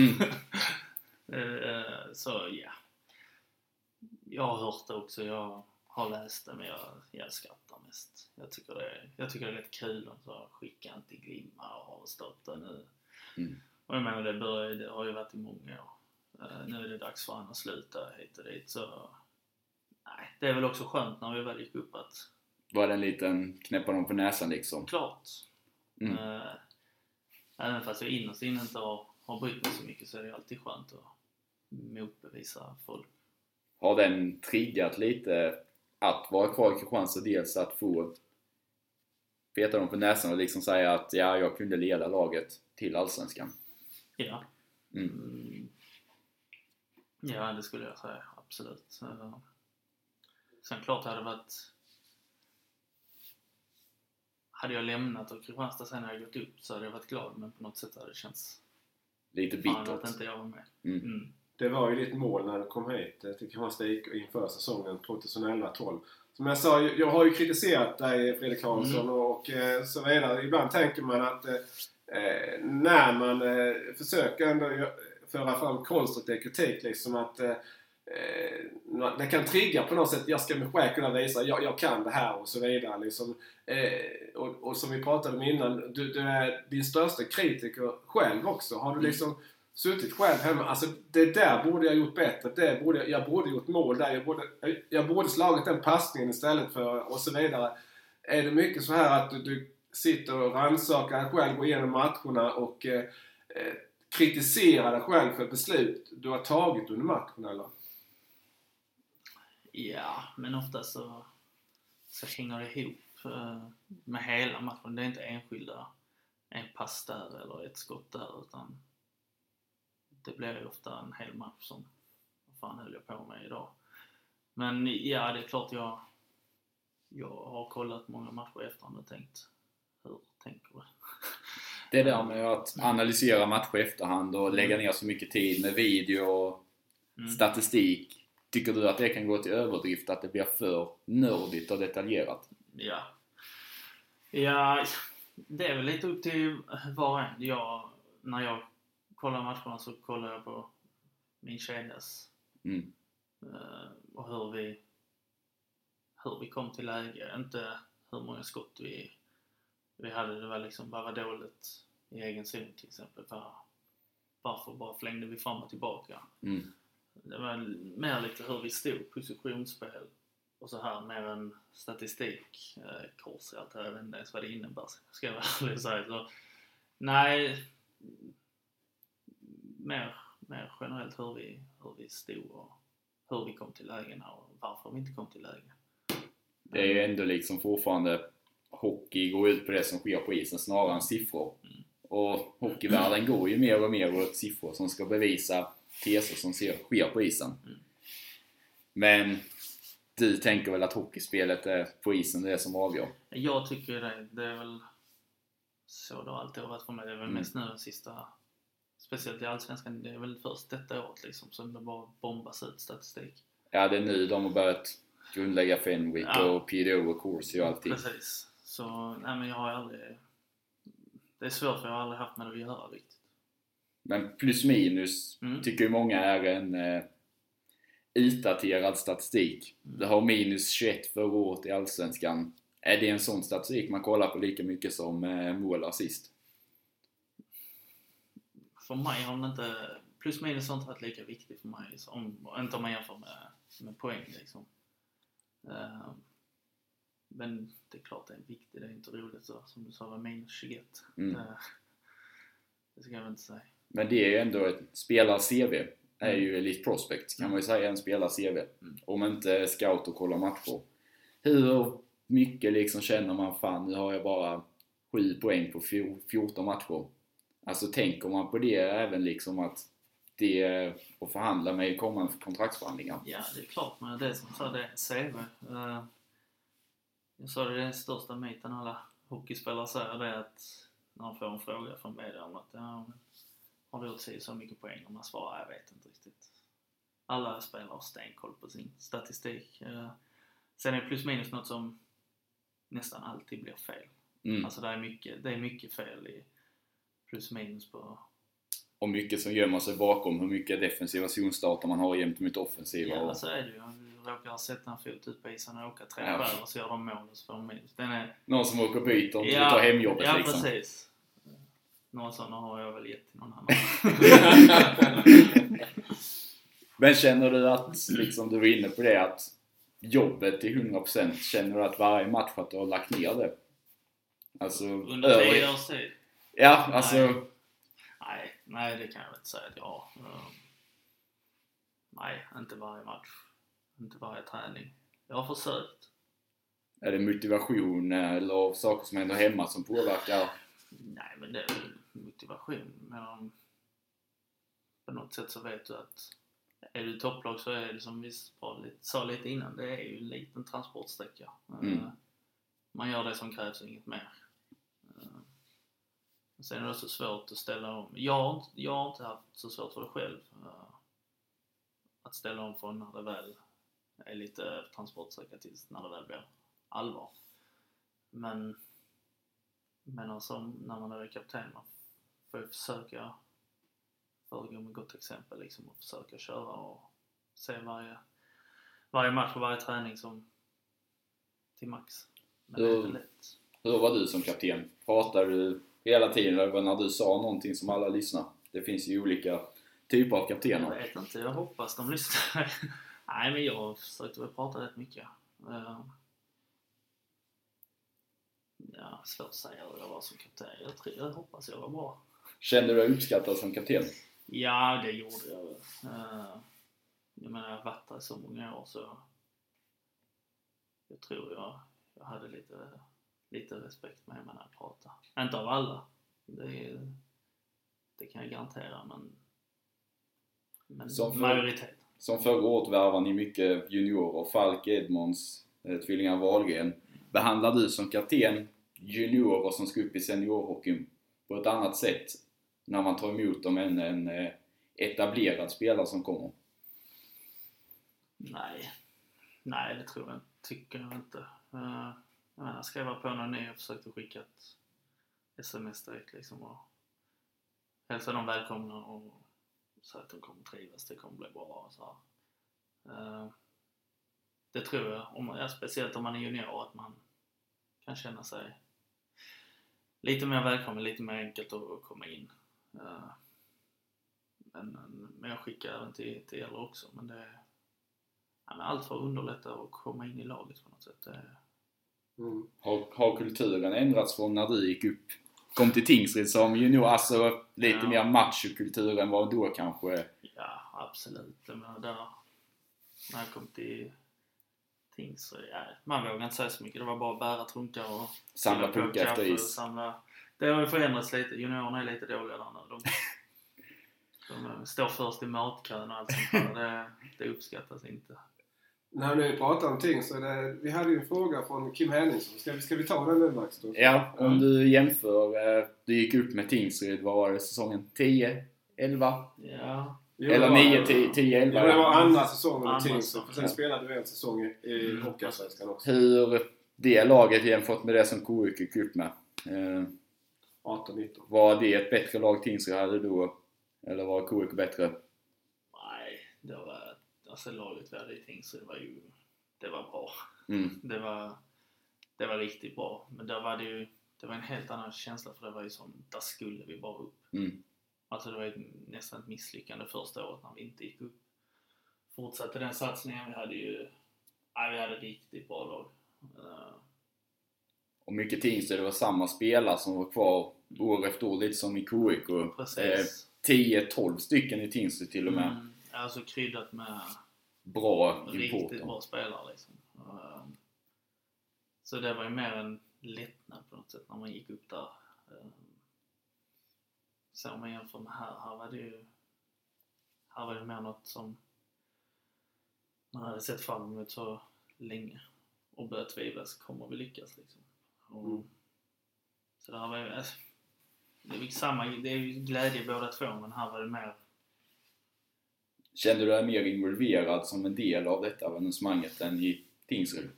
Så ja. Jag har hört det också. Jag har läst det, men jag skrattar mest. Jag tycker det är rätt kul att skicka en till Glimma och ha stått det nu. Och jag menar, det har ju varit i många år. Nu är det dags för han att sluta hit och dit, så nej, det är väl också skönt när vi väl gick upp att... Var det en liten knäppa dem på näsan liksom? Klart. Även fast jag innerst inne inte har brytt mig så mycket, så är det alltid skönt att motbevisa folk. Har den triggat lite att vara kvar i Kristianstad, dels att få peta dem på näsan och liksom säga att jag kunde leda laget till Allsvenskan? Ja. Ja, det skulle jag säga, absolut. Sen klart hade jag lämnat och Kristianstad sen när jag gått upp, så hade jag varit glad, men på något sätt hade det känts lite bittert att inte jag var med. Det var ju ditt mål när du kom hit till Kristianstad inför säsongen 2011-12. Som jag sa, jag har ju kritiserat dig, Fredrik Hansson, och så vidare. Ibland tänker man att när man försöker ändå föra fram konstruktiv kritik, liksom att det kan trigga på något sätt. Jag ska med själv kunna visa jag kan det här och så vidare liksom. Och som vi pratade om innan, du är din största kritiker själv också. Har du liksom suttit själv hemma, alltså det där borde jag gjort bättre, jag borde gjort mål där, jag borde slagit den passningen istället för, och så vidare. Är det mycket så här att du sitter och rannsakar dig själv, går igenom matcherna och kritiserar dig själv för beslut du har tagit under matchen, eller? Ja, men ofta så hänger det ihop med hela matchen. Det är inte enskilda, en pass där eller ett skott där, utan det blir ju ofta en hel match som, vad fan höll jag på med idag? Men ja, det är klart jag har kollat många matcher efter och tänkt, hur tänker du? Det där med att analysera matcher efterhand och lägga ner så mycket tid med video och statistik. Tycker du att det kan gå till överdrift, att det blir för nördigt och detaljerat? Ja, det är väl lite upp till var och en. När jag kollar matcherna så kollar jag på min kedjas och hur vi kom till läge. Inte hur många skott vi hade. Det var liksom bara dåligt i egen zon till exempel. Varför bara flängde vi fram och tillbaka? Det var mer lite hur vi stod, positionsspel och så här, mer en statistik, kors i allt det här. Jag vet inte ens vad det innebär, ska jag väl säga. Så, nej, mer generellt hur vi stod och hur vi kom till lägena och varför vi inte kom till lägen. Det är ju ändå liksom fortfarande hockey går ut på det som sker på isen snarare än siffror. Och hockeyvärlden går ju mer och mer åt siffror som ska bevisa teser som sker på isen. Men du tänker väl att hockeyspelet är på isen, det är som avgör? Jag tycker det är väl så det har alltid varit för mig. Det är väl mest nu speciellt i Allsvenskan, det är väl först detta året liksom som det bara bombas ut statistik. Ja, det är nu de har börjat grundlägga Fenwick och PDO och Corsi och allting. Precis. Så, nej men jag har aldrig... Det är svårt för jag har aldrig haft med det att göra riktigt. Men plus minus tycker ju många är en utdaterad statistik. Det har minus 21 förra året i Allsvenskan. Är det en sån statistik man kollar på lika mycket som mål och assist? För mig har den inte... Plus minus har inte varit lika viktigt för mig. Inte om man jämför med poäng liksom. Men det är klart det är viktigt. Det är inte roligt så, som du sa, var minus 21. Det ska jag inte säga. Men det är ju ändå ett spelar-CV. Är ju Elite Prospect kan man ju säga, en spelar-CV. Om inte scout och kollar matcher. Hur mycket liksom känner man, fan nu har jag bara 7 poäng på 14 matcher. Alltså tänker man på det även liksom att det att förhandla med kommande kontraktsförhandlingar? Ja, det är klart, men det som sa det är CV. Jag sa det är den största myten alla hockeyspelare säger, det är att när de får en fråga från medierna att har du gjort sig så mycket poäng? Och man svarar, jag vet inte riktigt. Alla spelare har stenkoll på sin statistik. Sen är plus minus något som nästan alltid blir fel. Alltså det är mycket fel i plus minus på... Och mycket som gömmer sig bakom hur mycket defensiva zonstarter man har jämt mot offensiva. Ja, så är det ju. Du råkar sätta en fot ut på isen och åka 3 skär och så gör de mål och så får de minus. Någon som åker och byter och tar hemjobbet liksom. Ja, precis. Några sådana har jag väl gett till någon annan. Men känner du att, liksom du var inne på det, att jobbet till 100%, känner du att varje match att du har lagt ner det? Alltså, under 10 års tid? Ja, alltså... Nej, det kan jag inte säga att jag har. Nej, inte varje match. Inte varje träning. Jag har försökt. Är det motivation eller saker som händer hemma som påverkar? Nej, men det är väl motivation. Men på något sätt så vet du att är du topplag så är det som vi sa lite innan, det är ju en liten transportsträcka. Man gör det som krävs och inget mer. Sen är det så svårt att ställa om. Jag har inte haft så svårt för det själv. Att ställa om från när det väl är lite transportsträcka tills när det väl blir allvar. Men alltså, när man är kapten, man får ju försöka föregå med gott exempel liksom, och försöka köra och se varje match och varje träning som till max. Men det är inte lätt. Hur var du som kapten? Pratar du hela tiden eller när du sa någonting som alla lyssnar? Det finns ju olika typer av kaptener. Jag vet inte, jag hoppas de lyssnar. Nej, men jag försökte väl prata rätt mycket. Ja, svårt att säga hur jag var som kapten. Jag hoppas jag var bra. Kände du dig uppskattad som kapten? Ja, det gjorde jag väl. Jag menar, jag har varit där så många år så jag tror jag hade lite respekt med mig när jag pratade. Inte av alla. Det kan jag garantera, men majoritet. Som förra året värvar ni mycket juniorer. Falk, Edmonds, tvillingar Wahlgren. Behandlar du som kapten juniorer som ska upp i seniorhockeyn på ett annat sätt när man tar emot dem än en etablerad spelare som kommer? Nej, det tror jag inte. Tycker jag inte. Jag menar, skrev på någon ny och försökte skicka ett sms direkt liksom och hälsa dem välkomna och säga att de kommer trivas, det kommer bli bra och så här. Det tror jag, speciellt om man är junior, att man kan känna sig lite mer välkommen, lite mer enkelt att komma in. Men jag skickar även till äldre också, men det är allt för att underlätta att komma in i laget på något sätt. Har kulturen ändrats från när du gick upp, kom till Tingsryd som junior, alltså lite mer machokultur än vad då kanske? Ja, absolut. Men där, när jag kom till Tingsryd, man vågar inte säga så mycket. Det var bara att bära trunkar och samla puckar efter is. Det har ju förändrats lite. Juniorerna är lite dåliga där nu. De står först i matkön och allt sånt där. Det uppskattas inte. När ni pratar om ting så vi hade ju en fråga från Kim Henningsson. Ska vi ta den nu, Max? Då? Ja, om du jämför, du gick upp med Tingsryd, vad var det, säsongen 10, 11? Ja. Eller 9, 10, 11? Det var andra säsongen i Tingsryd. säsong. Sen spelade du en säsong i Hockeyallsvenskan också. Hur det laget jämfört med det som KIK gick upp med? 18-19. Var det ett bättre lag Tingsryd hade då? Eller var KIK bättre? Nej, det var... Alltså laget vi hade i Tingsryd det var bra. Mm. Det var riktigt bra. Men där var det var en helt annan känsla, för det var ju som, där skulle vi bara upp. Mm. Alltså det var nästan ett misslyckande första året när vi inte gick upp. Fortsatte den satsningen, vi hade riktigt bra lag. Och mycket Tingsryd, det var samma spelare som var kvar år efter år, lite som i KIK. 10-12 stycken i Tingsryd till och med. Alltså kryddat med bra riktigt importer. bra spelare liksom. Så det var ju mer en lättnad på något sätt när man gick upp där. Så om man jämför med här var det mer något som man hade sett fram emot så länge och börjat tvivla, så kommer vi lyckas liksom. Så det här var ju, det är ju glädje båda två, men här var det mer. Kände du dig mer involverad som en del av detta evenemanget än i Tingsryd?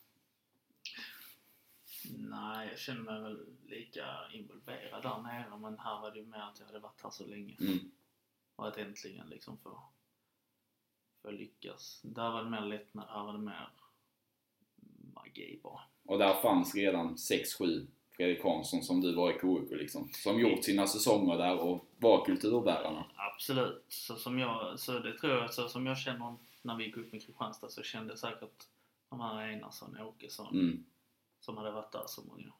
Nej, jag känner mig väl lika involverad där nere, men här var det ju mer att jag hade varit här så länge. Och att äntligen liksom få lyckas. Där var det mer lättnad, här var det mer magi bara. Och där fanns redan 6-7 Fredrik Hansson som du var i KIK liksom, som gjort sina säsonger där och var kulturbärarna. Absolut. Så det tror jag, så som jag känner när vi gick upp med Kristianstad, så kände jag säkert de här Einarsson, Åkesson som hade varit där så många.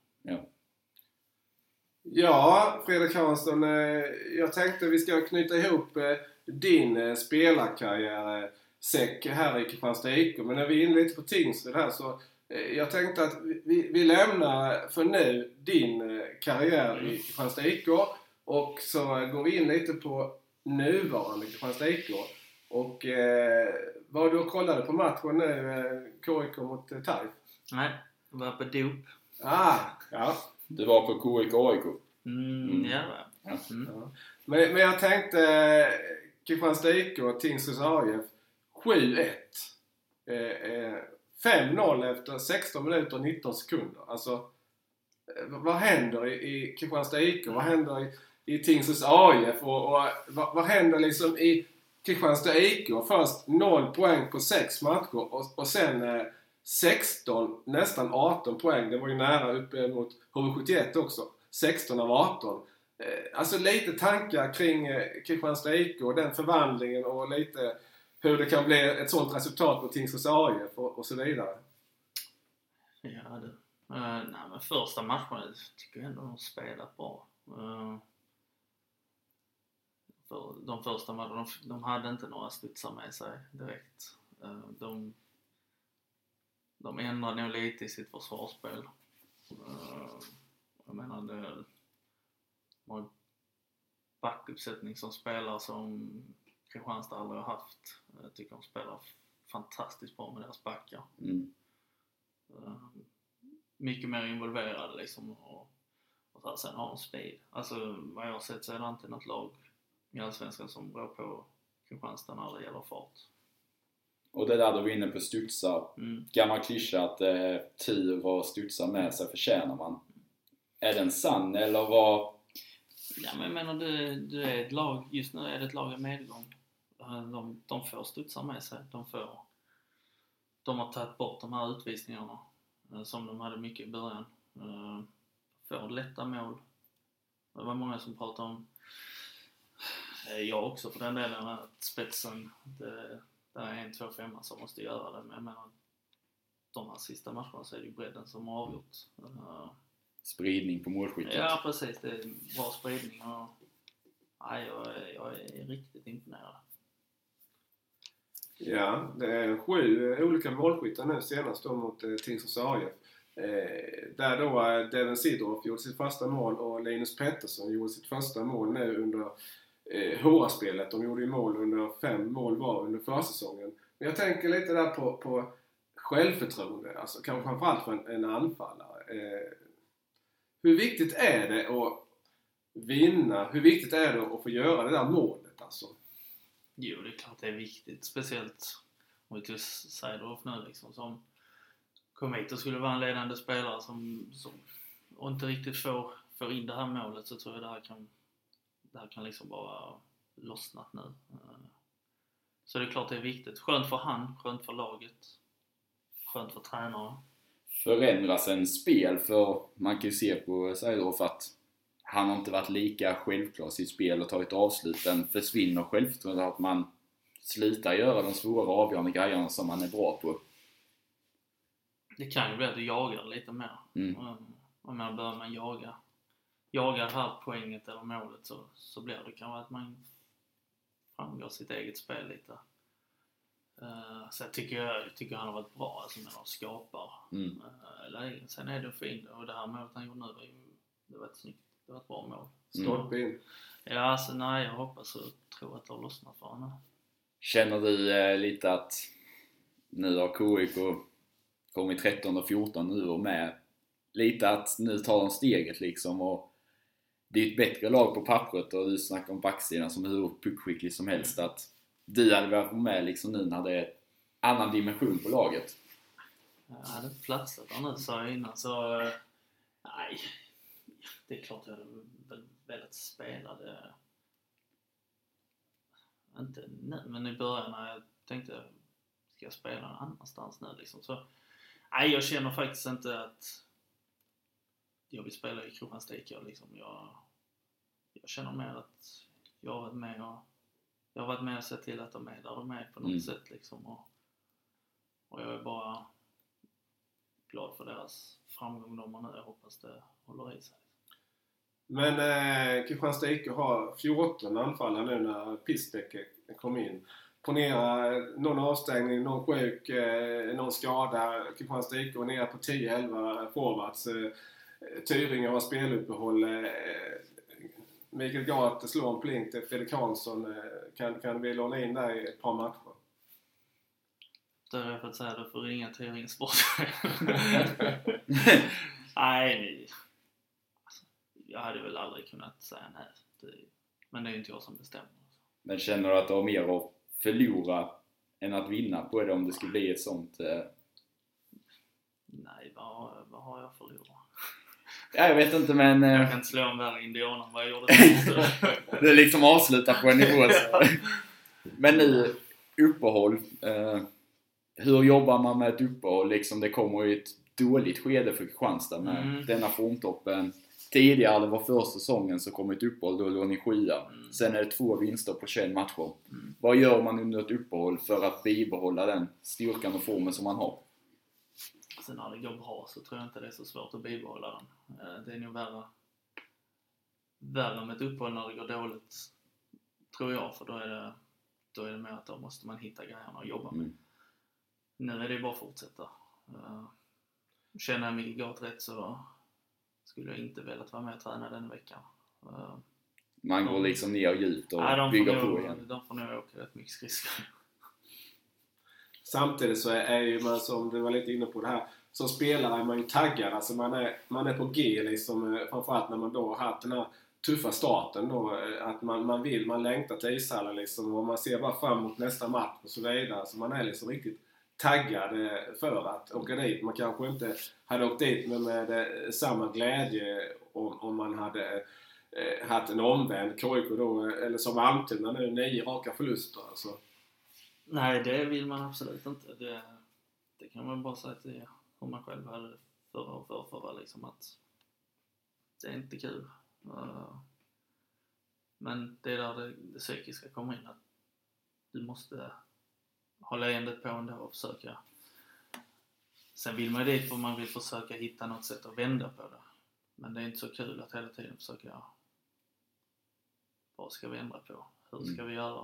Ja, Fredrik Hansson, jag tänkte vi ska knyta ihop din spelarkarriär säck här i Kristianstad IK, men när vi är inne lite på Tingsryd här, så jag tänkte att vi lämnar för nu din karriär i Kristianstad IK, och så går vi in lite på nuvarande Kristianstad IK. Och vad du kollade på matchen nu, KIK mot TAIF? Nej, jag var på dop. Ja. Du var på KIK AIK? Ja. Men jag tänkte Kristianstad IK och Tingsryds AIF 7-1. 5-0 efter 16 minuter och 19 sekunder. Alltså, vad händer i Kristianstad IK? Vad händer i Tingsryds AIF? Och vad händer liksom i Kristianstad IK? Först 0 poäng på 6 matcher och sen 16, nästan 18 poäng. Det var ju nära uppe mot HV71 också. 16 av 18. Alltså lite tankar kring Kristianstad IK och den förvandlingen, och lite hur det kan bli ett sånt resultat på Tingsryds AIF och så vidare. Ja, men första matchen tycker jag ändå de spelat bra. För de första matcherna, de hade inte några studsar med sig direkt. De ändrade nog lite i sitt försvarsspel. Jag menar, det var backuppsättning som spelar som Kristianstad aldrig har haft. Jag tycker de spelar fantastiskt bra med deras backar. Mycket mer involverade liksom, och sen har de speed. Alltså vad jag har sett så är det inte något lag i Allsvenskan som går på Kristianstad när det gäller fart. Och det där du var inne på studsar, gammal klyscha att tur och studsar med sig förtjänar man. Är den sann eller vad? Ja, men jag menar, du är ett lag, just nu är det ett lag i medgång. De får studsar med sig. De har tagit bort de här utvisningarna som de hade mycket i början. Får lätta mål. Det var många som pratade om, jag också för den delen, att spetsen, det är 1-2-5 som måste göra det. Men jag menar, de här sista matcherna så är det ju bredden som har avgjort. Spridning på målskyttet. Ja, precis. Det är bra spridning. Och jag är riktigt imponerad. Ja, det är 7 olika målskyttar nu senast då mot Tingsryds AIF. Där då Devin Sidorf gjorde sitt första mål och Linus Pettersson gjorde sitt första mål nu under HA-spelet. De gjorde ju mål under 5 mål var under försäsongen. Men jag tänker lite där på självförtroende. Alltså kanske framförallt för en anfallare. Hur viktigt är det att vinna. Hur viktigt är det att få göra det där målet alltså? Jo, det är klart det är viktigt. Speciellt om vi tog Seidorf nu liksom, som kom hit och skulle vara en ledande spelare som och inte riktigt får in det här målet, så tror jag det här kan liksom bara lossnat nu. Så det är klart det är viktigt. Skönt för han, skönt för laget, skönt för tränarna. Förändras en spel, för man kan ju se på Seidorf att han har inte varit lika självklar i sitt spel och tagit avsluten, försvinner självförtroende, att man slutar göra de svåra avgörande grejerna som man är bra på. Det kan ju bli att du jagar lite mer. Om man börjar man jaga det här poänget eller målet, så blir det kanske att man framgår sitt eget spel lite. Så jag tycker han har varit bra, alltså, när de skapar lägen. Sen är det fint, och det här målet han gjorde nu det var ett snyggt, det var ett bra mål. Stolpe in. Ja, alltså nej, jag hoppas och tror att det har lossnat för honom. Känner du lite att nu har KIK kommit 13 och 14 nu och med lite att nu tar de steget liksom, och det är ett bättre lag på pappret, och du snackar om backsidan som är hur puckskicklig som helst, att du hade varit med liksom nu när det är annan dimension på laget? Jag hade inte platsat där nu, sa jag innan, så nej, det är klart jag hade väl velat spela det. Inte nu, men i början när jag tänkte, ska jag spela någon annanstans nu liksom, så nej, jag känner faktiskt inte att jag vill spela i Kristianstad liksom. Jag känner mer att jag har varit med och sett till att de är där de är på något sätt liksom, och jag är bara glad för deras framgång de har nu. Jag hoppas det håller i sig. Men Kristianstad IK har 14 anfallare nu när Pistek kom in. Ponera någon avstängning, någon sjuk, någon skada. Kristianstad IK är nere på 10-11 forwards. Tyringe har speluppehåll. Mikael Gart slår en plink till Fredrik Hansson. Kan vi låna in där i ett par matcher? Då har jag fått säga, då får ringa Tyringe Sport. Nej, jag hade väl aldrig kunnat säga nej. Men det är ju inte jag som bestämmer. Men känner du att du har mer att förlora än att vinna på det om det skulle bli ett sånt? Nej, vad har jag förlorat? Ja, jag vet inte, men jag kan inte slå en värre indianer än vad jag gjorde. det är liksom avslutat på en nivå. Men nu, uppehåll. Hur jobbar man med ett uppehåll? Liksom, det kommer ju ett dåligt skede för Kristianstad med denna formtoppen. Tidigare, det var första säsongen, så kom ett uppehåll, då låg ni 7. Sen är det 2 vinster på 21 matcher. Vad gör man under ett uppehåll för att bibehålla den styrkan och formen som man har? Sen när det går bra så tror jag inte det är så svårt att bibehålla den. Det är nog värre med ett uppehåll när det går dåligt, tror jag. För då är det mer att då måste man hitta grejerna och jobba med. Nu är det bara att fortsätta. Känner jag mig gott rätt så skulle jag inte velat vara med och träna den veckan. Man går liksom ner djupt och bygger på igen. De får nog åka rätt mycket skridskor. Samtidigt så är ju man, som du var lite inne på det här, som spelare är man ju taggad. Alltså man är på G liksom, framförallt när man då har haft den här tuffa starten då, att man längtar till ishallen liksom, och man ser bara fram emot nästa match och så vidare. Så man är liksom riktigt taggad för att åka dit. Man kanske inte hade åkt dit med samma glädje om man hade haft en omvänd KIK då, eller som Almtuna nu, 9 raka förluster alltså. Nej, det vill man absolut inte. Det kan man bara säga till hur man själv hade förra liksom, att det är inte kul. Men det är där det psykiska kommer in, att du måste ha leendet på ändå och försöka. Sen vill man dit för man vill försöka hitta något sätt att vända på det. Men det är inte så kul att hela tiden försöka, vad ska vi ändra på? Hur ska vi göra?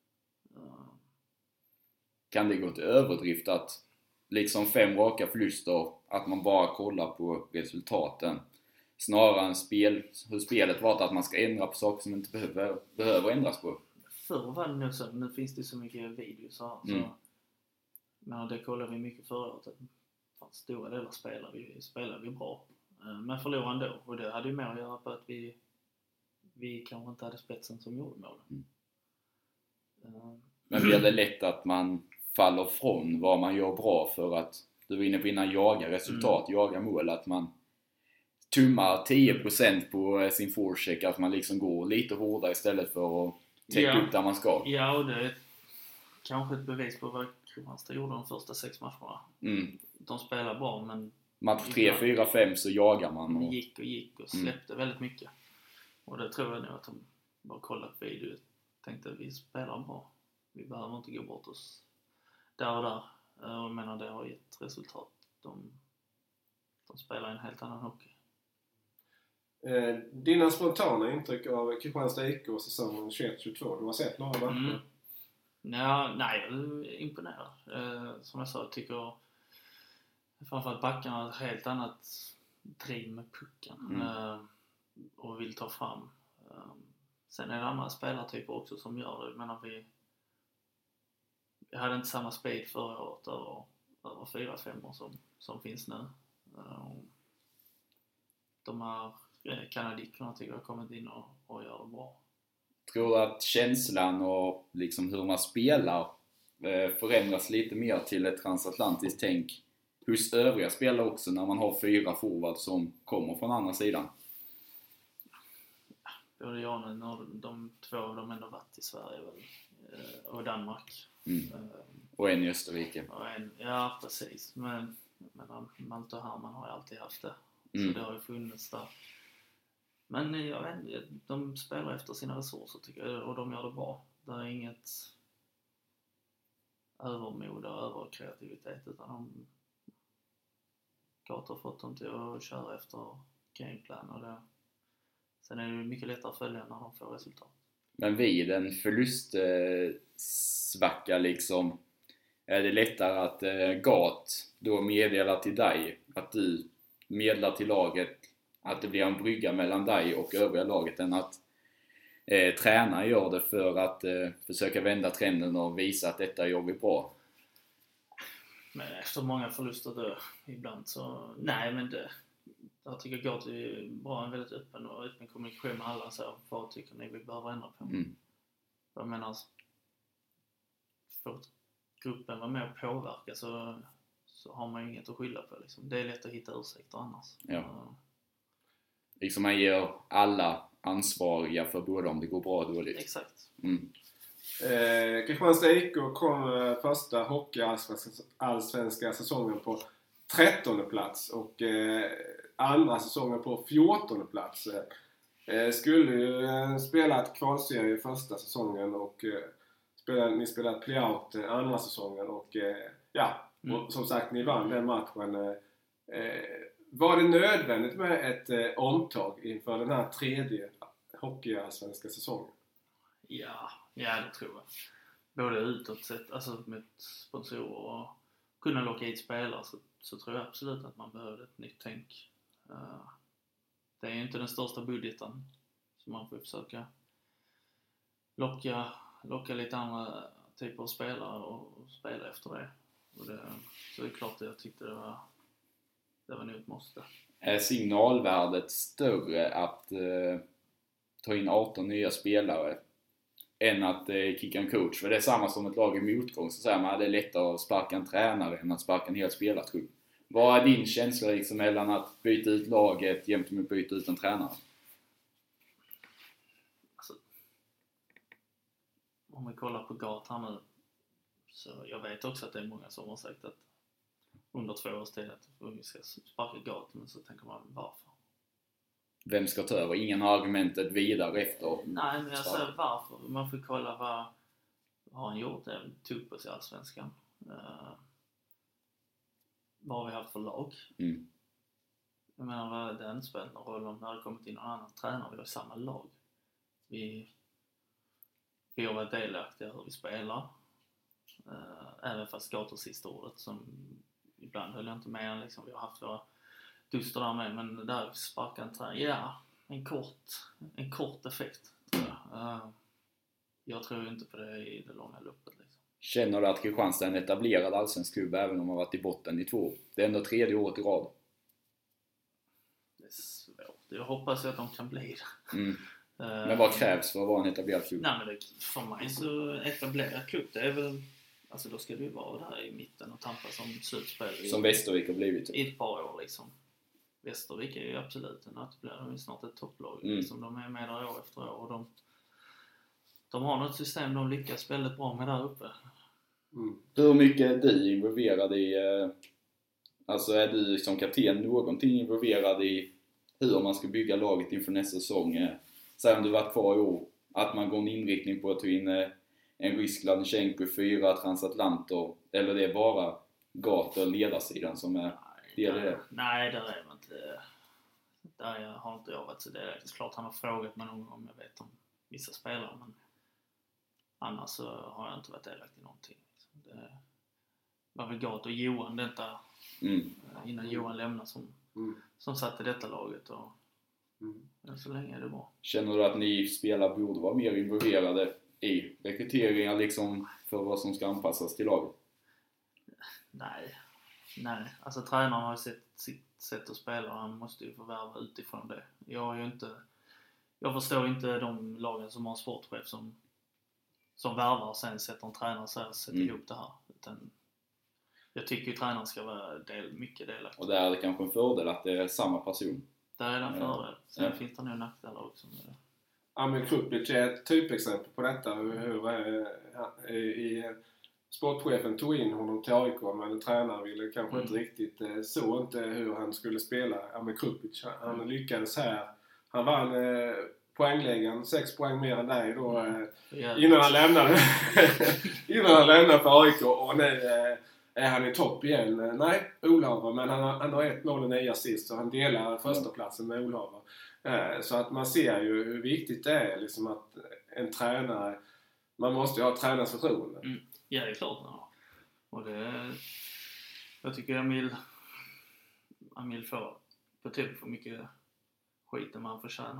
Kan det gå till överdrift att liksom 5 raka förluster, att man bara kollar på resultaten snarare än hur spelet var, att man ska ändra på saker som inte behöver ändras på? Förr var det nog så, nu finns det så mycket videos här, så men det kollar vi mycket förra året, att stora delar spelar vi bra, men förlorar ändå, och det hade ju mer att göra på att vi vi kanske inte hade spetsen som gjorde målen. Men blir det lätt att man faller från vad man gör bra för att du var inne på innan jaga resultat, jaga mål, att man tummar 10% på sin forecheck, att man liksom går lite hårdare istället för att täcka upp där man ska. Ja, och det är kanske ett bevis på vad Kristianstad gjorde de första 6 matcherna. De spelar bra, men match 3, 4, 5 så jagar man. Och gick och släppte väldigt mycket. Och det tror jag nog att de bara kollat på video och tänkte att vi spelar bra. Vi behöver inte gå bort oss där och där. Jag menar, det har gett resultat. De spelar en helt annan hockey. Dina spontana intryck av Kristianstad IK säsongen 21-22? Du har sett några matcher? Ja, nej, jag är imponerad. Som jag sa, jag tycker framförallt backarna har ett helt annat driv med pucken och vill ta fram. Sen är det andra spelartyper också som gör det. Jag menar, vi hade inte samma speed förra året över 4-5 som finns nu. De här kanadickerna tycker jag har kommit in och gör det bra. Tror du att känslan och liksom hur man spelar förändras lite mer till ett transatlantiskt tänk hos övriga spelare också när man har 4 forwards som kommer från andra sidan? Både jag och de 2 av dem ändå varit i Sverige väl, och Danmark. Och en i Österrike. Ja, precis. Men Malte och Herman har ju alltid haft det. Så det har ju funnits där. Men jag vet inte, de spelar efter sina resurser tycker jag, och de gör det bra. Det är inget övermod och överkreativitet, utan Gator har fått dem till att köra efter gameplan, och sen är det mycket lättare att följa när de får resultat. Men vid en förlustsvacka liksom, är det lättare att Gat då meddelar till dig, att du meddelar till laget att det blir en brygga mellan dig och övriga laget, än att tränare gör det för att försöka vända trenden och visa att detta gör vi bra? Men efter många förluster då, ibland så, nej, men jag tycker Gat är bra, en väldigt öppen kommunikation med alla, så vad tycker ni vi behöver ändra på? Jag menar, får gruppen vara med och påverka så har man ju inget att skylla på liksom. Det är lätt att hitta ursäkter annars. Ja. Liksom man ger alla ansvariga för både om det går bra och dåligt. Exakt. Kristianstad IK kom första hockeyallsvenska säsongen på 13:e plats och andra säsongen på 14:e plats. Skulle ju spela ett kvalserie första säsongen och ni spelade playout andra säsongen och och som sagt, ni vann den matchen. Var det nödvändigt med ett omtag inför den här 3:e hockeyallsvenska säsongen? Ja, det tror jag. Både utåt sett, alltså med sponsorer och kunna locka hit spelare, så tror jag absolut att man behövde ett nytt tänk. Det är ju inte den största budgeten, så man får försöka locka lite andra typer av spelare och spela efter det. Så det är klart att jag tyckte det var nog ett måste. Är signalvärdet större att ta in 18 nya spelare än att kicka en coach? För det är samma som ett lag i motgång, så säger man att det är lättare att sparka en tränare än att sparka en hel spelartrupp. Vad är din känsla liksom mellan att byta ut laget jämt med att byta ut en tränare? Alltså, om vi kollar på Gat här nu, så jag vet också att det är många som har sagt att under 2 års tid att vi ska sparka Gat, men så tänker man varför? Vem ska ta över? Ingen har argumentet vidare efter. Nej, men jag säger varför. Man får kolla vad har han gjort. Det tog på sig allsvenskan. Vad har vi haft för lag? Jag menar, det har inte spelat någon roll om det har kommit in någon annan tränare. Vi har samma lag. Vi har varit delaktiga hur vi spelar. Även fast Gator sista ordet, som ibland höll jag inte med. Liksom, vi har haft våra duster där med, men där sparkar en tränare. Ja, en kort effekt, tror jag. Jag tror inte på det i det långa loppet. Liksom. Känner du att Kristianstad är en etablerad allsvensk klubb även om man varit i botten i 2 år? Det är ändå 3:e året i rad. Det är svårt. Jag hoppas att de kan bli det. Men vad krävs för att vara en etablerad klubb? Nej, men för mig så etablerad klubb, det är väl, alltså då ska du ju vara där i mitten och tampas om slutspel. Som Västervik har blivit. I ett par år liksom. Västervik är ju absolut en etablerad, de är snart ett topplag. Liksom, de är med där år efter år och de har något system de lyckas väldigt bra med där uppe. Hur mycket är du involverad i, alltså är du som kapten någonting involverad i hur man ska bygga laget inför nästa säsong? Säg om du varit kvar i år, att man går en inriktning på att ta in en rysk Lanchenko, 4 transatlanter, eller det är bara Gat och ledarsidan som är del i det? Nej, där är man inte. Där har inte jag varit så direkt. Klart han har frågat mig någon gång om jag vet om vissa spelare, men annars så har jag inte varit delaktig i någonting. Det var väl Gat och Johan detta innan Johan lämnade som satt i detta laget och så länge är det bra. Känner du att ni spelare borde vara mer involverade i rekryteringar liksom för vad som ska anpassas till laget? Nej. Alltså tränaren har ju sitt sätt att spela och han måste ju förvärva utifrån det. Jag förstår inte de lagen som har en sportchef som värvar och sen sätter en tränare så här, sätter ihop det här. Utan jag tycker ju tränaren ska vara mycket delaktig. Och där är det kanske en fördel att det är samma person. Där är det en fördel. Sen finns det nog nackdelar också med det. Amir Krupic är ett typexempel på detta. Sportchefen tog in honom till AIK, men tränaren ville kanske inte riktigt så inte hur han skulle spela. Amir Krupic, han lyckades här. Han vann poängläggan, 6 poäng mer än dig då innan han lämnade för AIK, och nu är han i topp igen. Nej, Olhaver, men han har 1-0 i 9 assist, så han delar första platsen med Olhaver. Så att man ser ju hur viktigt det är liksom att en tränare, man måste ju ha tränarens förtroende. Ja, det är klart. Ja. Och jag tycker Amil får på typ för mycket skit än man förtjänar.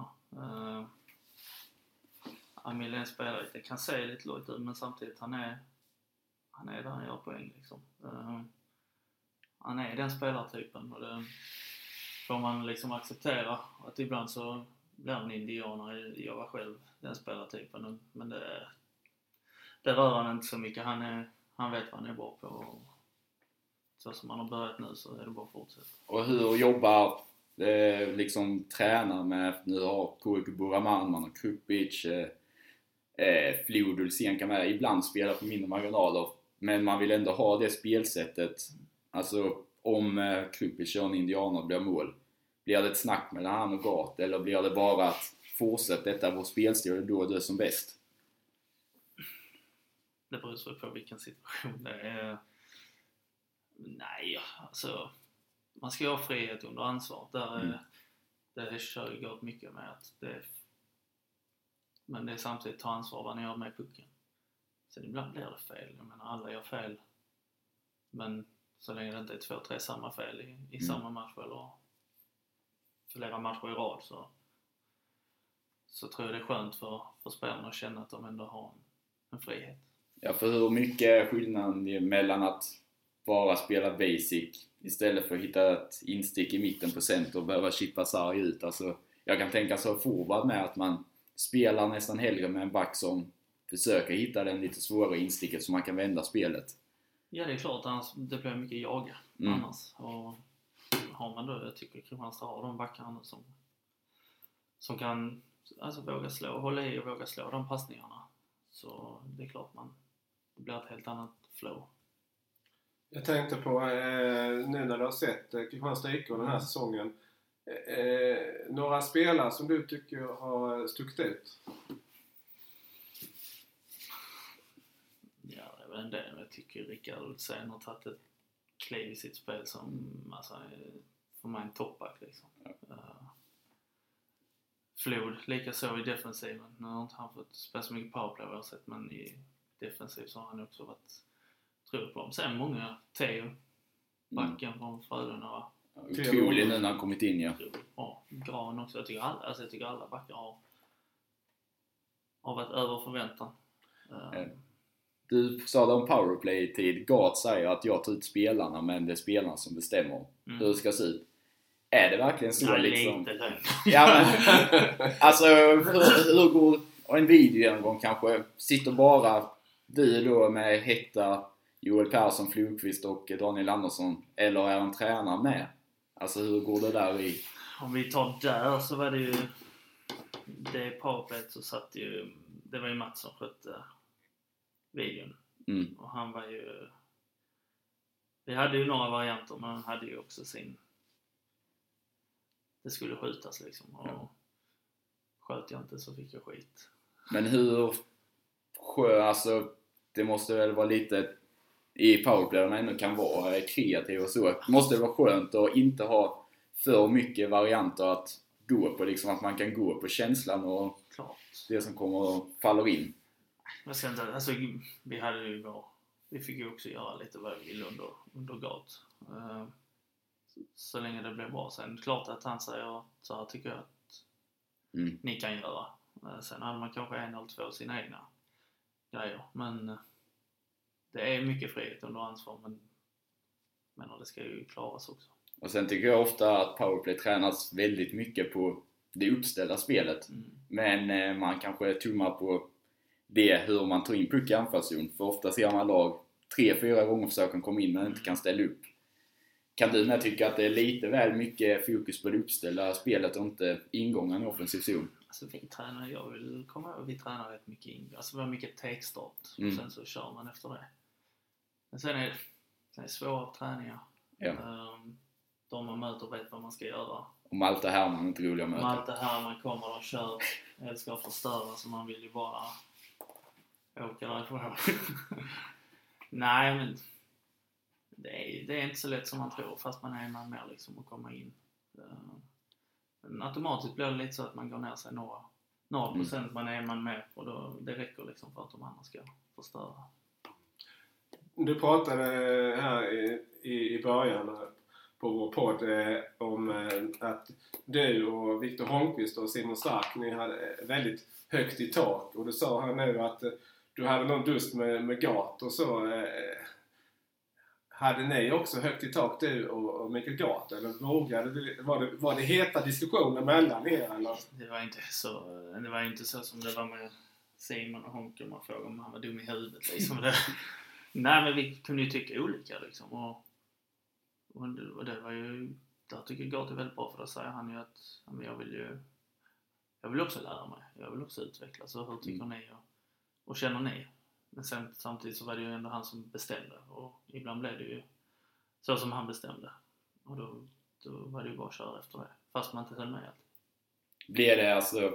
Amil är en spelare, det kan se lite lågt ut, men samtidigt han är där han gör poäng liksom. Han är den spelartypen och det får man liksom acceptera, att ibland så blir han indianare. Jag var själv den spelartypen, men det rör han inte så mycket. Han vet vad han är bra på, och så som han har börjat nu så är det bara att fortsätta. Och hur jobbar liksom tränar med, nu har KK Buraman, man har Krupic, Flod Ulsen kan med ibland spela på mindre marginaler, men man vill ändå ha det spelsättet. Alltså om Krupic kör en indianer och blir mål, blir det ett snack mellan han och Gat, eller blir det bara att fortsätta detta vår spelstil, då är det som bäst? Det beror på vilken situation det är. Nej, alltså man ska ha frihet under ansvar. Det kör ju Gat mycket med att men det är samtidigt ta ansvar vad ni gör med pucken. Så ibland blir det fel. Jag menar, alla gör fel. Men så länge det inte är 2-3 samma fel i samma match eller flera matcher i rad, så tror jag det är skönt för spelarna att känna att de ändå har en frihet. Ja, för hur mycket är skillnaden mellan att bara spela basic istället för att hitta ett instick i mitten på center och behöva chippa sarg ut? Alltså, jag kan tänka så forward med att man spelar nästan hellre med en back som försöker hitta den lite svårare insticket så man kan vända spelet. Ja, det är klart, annars det blir mycket jaga annars. Och har man då, jag tycker Kristianstad har de backarna som kan alltså våga slå, hålla i och våga slå de passningarna. Så det är klart det blir ett helt annat flow. Jag tänkte på nu när du har sett Kristianstad IK den här säsongen, några spelare som du tycker har stuckit ut? Ja, det är väl en del. Jag tycker Rickard Ulsen har tagit ett kliv i sitt spel som alltså, för mig en toppback liksom. Flod, lika så i defensiven. Nu har inte han fått spela så mycket powerplay jag har sett, men i defensiv så har han också varit troligt bra. Sen många, Theo, backen från Frölunda, va? Otrolig nu när han kommit in, ja. Ja, Gran också. Jag tycker alla backar har varit över förväntan. Du sa det om powerplay-tid. Gat säger att jag tar ut spelarna, men det är spelarna som bestämmer hur det ska se ut. Är det verkligen så Ja, liksom? lite lögn. Ja, men, alltså hur går en videogenomgång kanske? Sitter bara du då med Hetta, Joel Persson, Flugqvist och Daniel Andersson, eller är en tränare med? Alltså hur går det där i? Om vi tar där så var det ju det powerplayet så satt ju, det var ju Mats som skötte videon. Och han var ju, vi hade ju några varianter, men han hade ju också sin, det skulle skjutas liksom, och sköt jag inte så fick jag skit. Men hur alltså det måste väl vara lite i powerplay där man ändå kan vara kreativ och så. Måste det vara skönt att inte ha för mycket varianter att gå på, liksom att man kan gå på känslan och klart det som kommer och faller in. Jag ska inte, alltså vi hade ju vi fick ju också göra lite vad vi ville under gat. Så länge det blev bra. Sen klart att han säger så här tycker jag att ni kan göra. Sen hade man kanske en eller två sina egna grejer. Men det är mycket frihet under ansvar, men det ska ju klaras också. Och sen tycker jag ofta att powerplay tränas väldigt mycket på det uppställda spelet. Men man kanske tummar på det hur man tar in puck i anfallszon. För ofta ser man lag 3-4 gånger försöker komma in men inte kan ställa upp. Kan du med tycka att det är lite väl mycket fokus på det uppställda spelet och inte ingången i offensiv zon? Alltså vi tränar, jag vill komma ihåg, vi tränar rätt mycket alltså vi har mycket tekstart och sen så kör man efter det. Men sen är det svåra träningar. Ja. De man möter vet vad man ska göra. Och Malte Hermann är inte roliga att möta. Malte Hermann kommer och kör, älskar att förstöra, så man vill ju bara åka därifrån. Nej, men det är inte så lätt som man tror, fast man är en man mer liksom att komma in. Men automatiskt blir det lite så att man går ner sig några procent, man är man med, och då, det räcker liksom för att de andra ska förstöra. Du pratade här i början på vår podd om att du och Viktor Holmqvist och Simon Stark, ni hade väldigt högt i tak, och du sa här nu att du hade någon dust med gat och så. Hade ni också högt i tak, du och Mikael Gat? Eller var det heta diskussioner mellan er? Eller? Det var inte så som det var med Simon och Honke. Man frågade om han var dum i huvudet liksom. Nej, men vi kunde ju tycka olika liksom. Och det var ju, där tycker Gat är väldigt bra, för då säger han ju att jag vill också lära mig. Jag vill också utvecklas. Så hur tycker ni och känner ni? Men sen, samtidigt så var det ju ändå han som bestämde, och ibland blev det ju så som han bestämde, och då var det ju bara att köra efter det, fast man inte höll med allt. Blir det alltså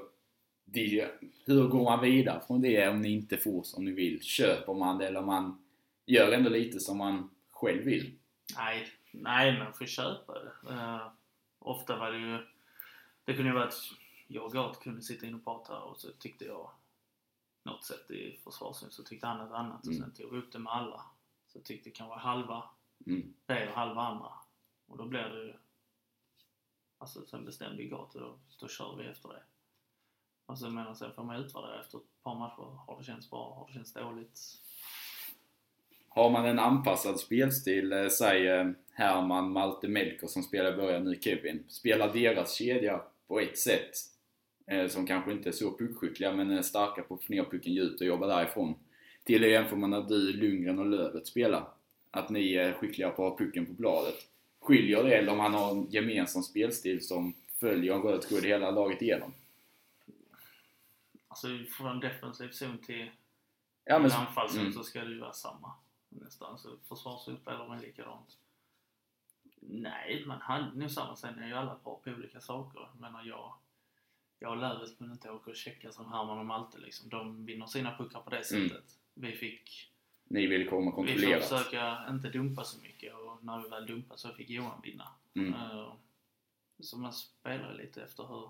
hur går man vidare från det om ni inte får som ni vill? Köper man det, eller man gör ändå lite som man själv vill? Nej, man får köpa det. Ofta var det ju, det kunde ju vara att jag och Gat kunde sitta in och prata, och så tyckte jag något sätt i försvarssynet, så tyckte han ett annat, och sen tog vi upp det med alla, så tyckte kanske halva det och halva andra, och då blev det ju, alltså sen bestämde vi Gat, och då kör vi efter det. Alltså men sen får man utvärdera efter ett par matcher, har det känts bra, har det känts dåligt. Har man en anpassad spelstil, säg Herman, Malte, Melker som spelar i början, nu Kevin, spelar deras kedja på ett sätt som kanske inte är så puckskickliga men är starka på att få ner pucken djupt och jobba därifrån, till det jämför man när du, Lundgren och Lövet spelar, att ni är skickliga på att ha pucken på bladet. Skiljer det, eller om han har en gemensam spelstil som följer en röd tråd hela laget igenom? Alltså från en defensiv zon till en anfallszon så ska det ju vara samma nästan, så försvarszon spelar man likadant. Nej, man hade nog samma, sen är ju alla bra på olika saker, men jag och Lövet kunde inte åka och checka som Herman och Malte liksom. De vinner sina puckar på det sättet. Ni vill komma kontrollerat. Vi får försöka inte dumpa så mycket, och när vi väl dumpade så fick Johan vinna. Så man spelar lite efter hur.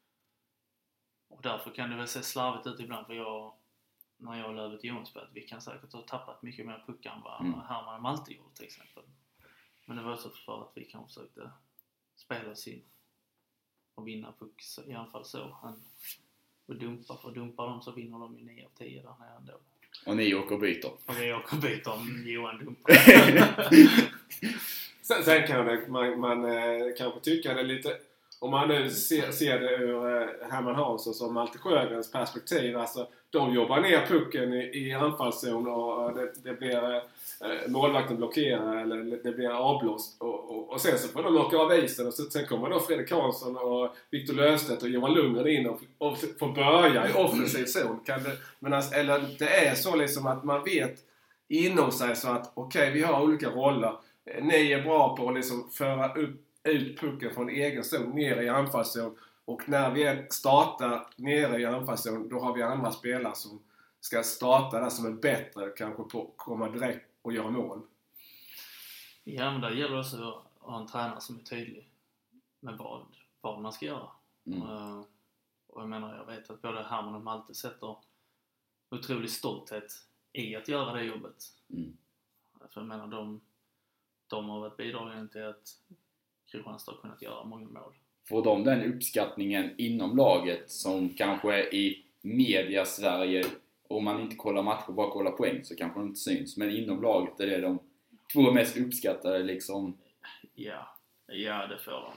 Och därför kan det väl se slarvigt ut ibland, för när jag och Lövet och Johan spelat, vi kan säkert ha tappat mycket mer puckar än vad Herman och Malte gjorde till exempel. Men det var också för att vi kanske försökte spela oss in och vinna puck i alla fall så. Och dumpar dem så vinner de ju 9 av 10 där nere ändå. Och ni åker och byter. Och vi åker och byter om Johan dumpar. Sen kan man kanske tycka det lite, om man nu ser det ur Herman Hansson som Malte Sjögrens perspektiv. Alltså, de jobbar ner pucken i anfallszon och det blir målvakten blockerar eller det blir avblåst. Och sen så får de åka av isen och sen kommer då Fredrik Hansson och Victor Löfstedt och Johan Lundgren in och får börja i offensiv zon. Eller det är så liksom att man vet inom sig så att okej, vi har olika roller. Ni är bra på att liksom föra ut pucken från egen zon ner i anfallszon. Och när vi startar nere i anfallszon, då har vi andra spelare som ska starta där som är bättre kanske på att komma direkt och göra mål. Ja, men det gäller också att ha en tränare som är tydlig med vad man ska göra. Och jag menar, jag vet att både Herman och Malte sätter otrolig stolthet i att göra det jobbet. För jag menar, de har varit bidragande till att Kristianstad har kunnat göra många mål. Får de den uppskattningen inom laget som kanske i media Sverige, om man inte kollar matcher, bara kollar poäng, så kanske de inte syns. Men inom laget är det de två mest uppskattade liksom. Ja, det får de.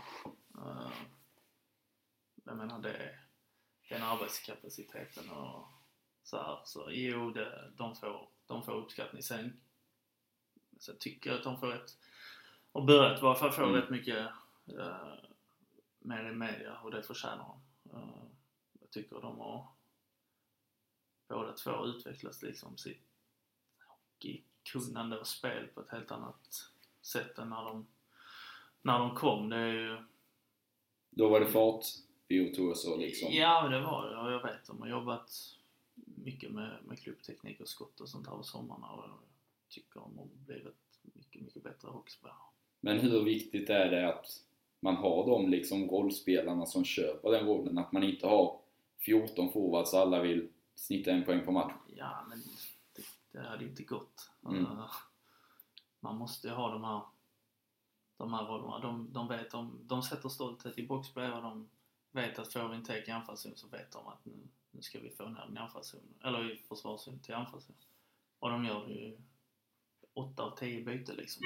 Jag menar, den arbetskapaciteten och så här. Så jo, de får uppskattning. Sen tycker jag att de får rätt, och börjat i varje fall få rätt mycket mer i media, och det förtjänar de. Jag tycker de har båda två utvecklats liksom sitt hockeykunnande och spel på ett helt annat sätt än när de kom. Det är ju... Då var det fart och så liksom. Ja, det var det. Och jag vet, de har jobbat mycket med klubbteknik och skott och sånt här på sommarna, och jag tycker de har blivit mycket, mycket bättre hockeyspelare. Men hur viktigt är det att man har de liksom rollspelarna som köper den rollen, att man inte har 14 forwards så alla vill snitta en poäng på match? Ja, men det hade inte gått. Man måste ha de här rollerna. De vet de sätter stolthet i boxplay, och de vet att får vi en take i anfallszon så vet de att nu ska vi få ner den i anfallszon, eller i försvarszon till anfallszon. Och de gör ju 8 av 10 byte liksom.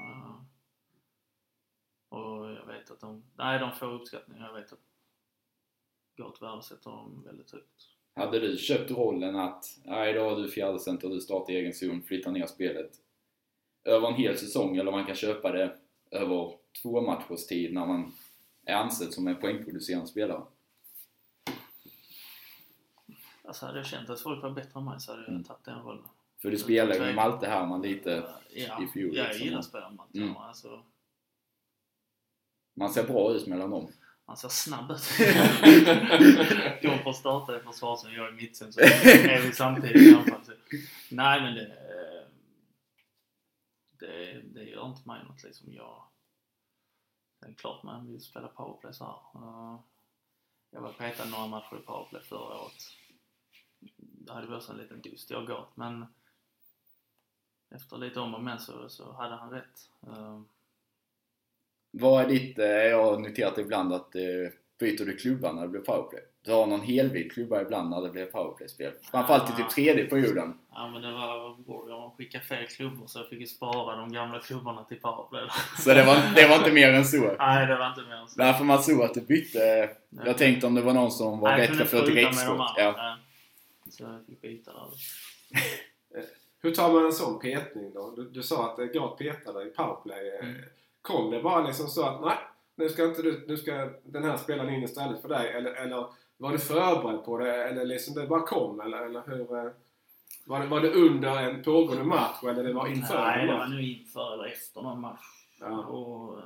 Och jag vet att de får uppskattning. Jag vet att gott värde sätter dem väldigt högt. Hade du köpt rollen att idag har du fjärdecenter och du startar egen zon, flyttar ner spelet över en hel säsong, eller man kan köpa det över 2 matchers tid när man är ansedd som en poängproducerande spelare? Alltså hade jag känt att folk var bättre än mig så hade jag tagit den rollen. För du spelar ju med Malte Herman lite i fjol. Ja, jag gillar att spela med Malte Herman. Alltså. Man ser bra ut mellan dem. Man ser snabb ut. Jag får starta i försvarsen, jag är i mitten, så är vi samtidigt i anfall. Nej, men det gör inte mig något liksom. Det är klart man vill spela powerplay så här. Jag var petad några matcher i powerplay förra året. Det hade varit en liten dust jag gått, men efter lite om och men så hade han rätt. Vad är ditt, jag har noterat ibland att byter du klubban när det blir powerplay. Du har någon helvit klubba ibland när det blir powerplay-spel. Framförallt i typ tredje perioden. Ja, men det var jag skickade fel klubbor, så jag fick ju spara de gamla klubborna till powerplay. Så det var inte mer än så? Nej, det var inte mer än så. Därför man såg att du bytte. Jag tänkte om det var någon som var bättre för ett direktskott. Ja. Så jag fick byta där. Hur tar man en sån petning då? Du sa att det går att peta dig i powerplay. Kom det bara liksom så att nej, nu ska den här spelaren in istället för dig, eller var du förberedd på det, eller liksom det bara kom, eller hur var det under en pågående match, eller det var inför? Nej, det var nu inför eller efter någon match. Ja. Och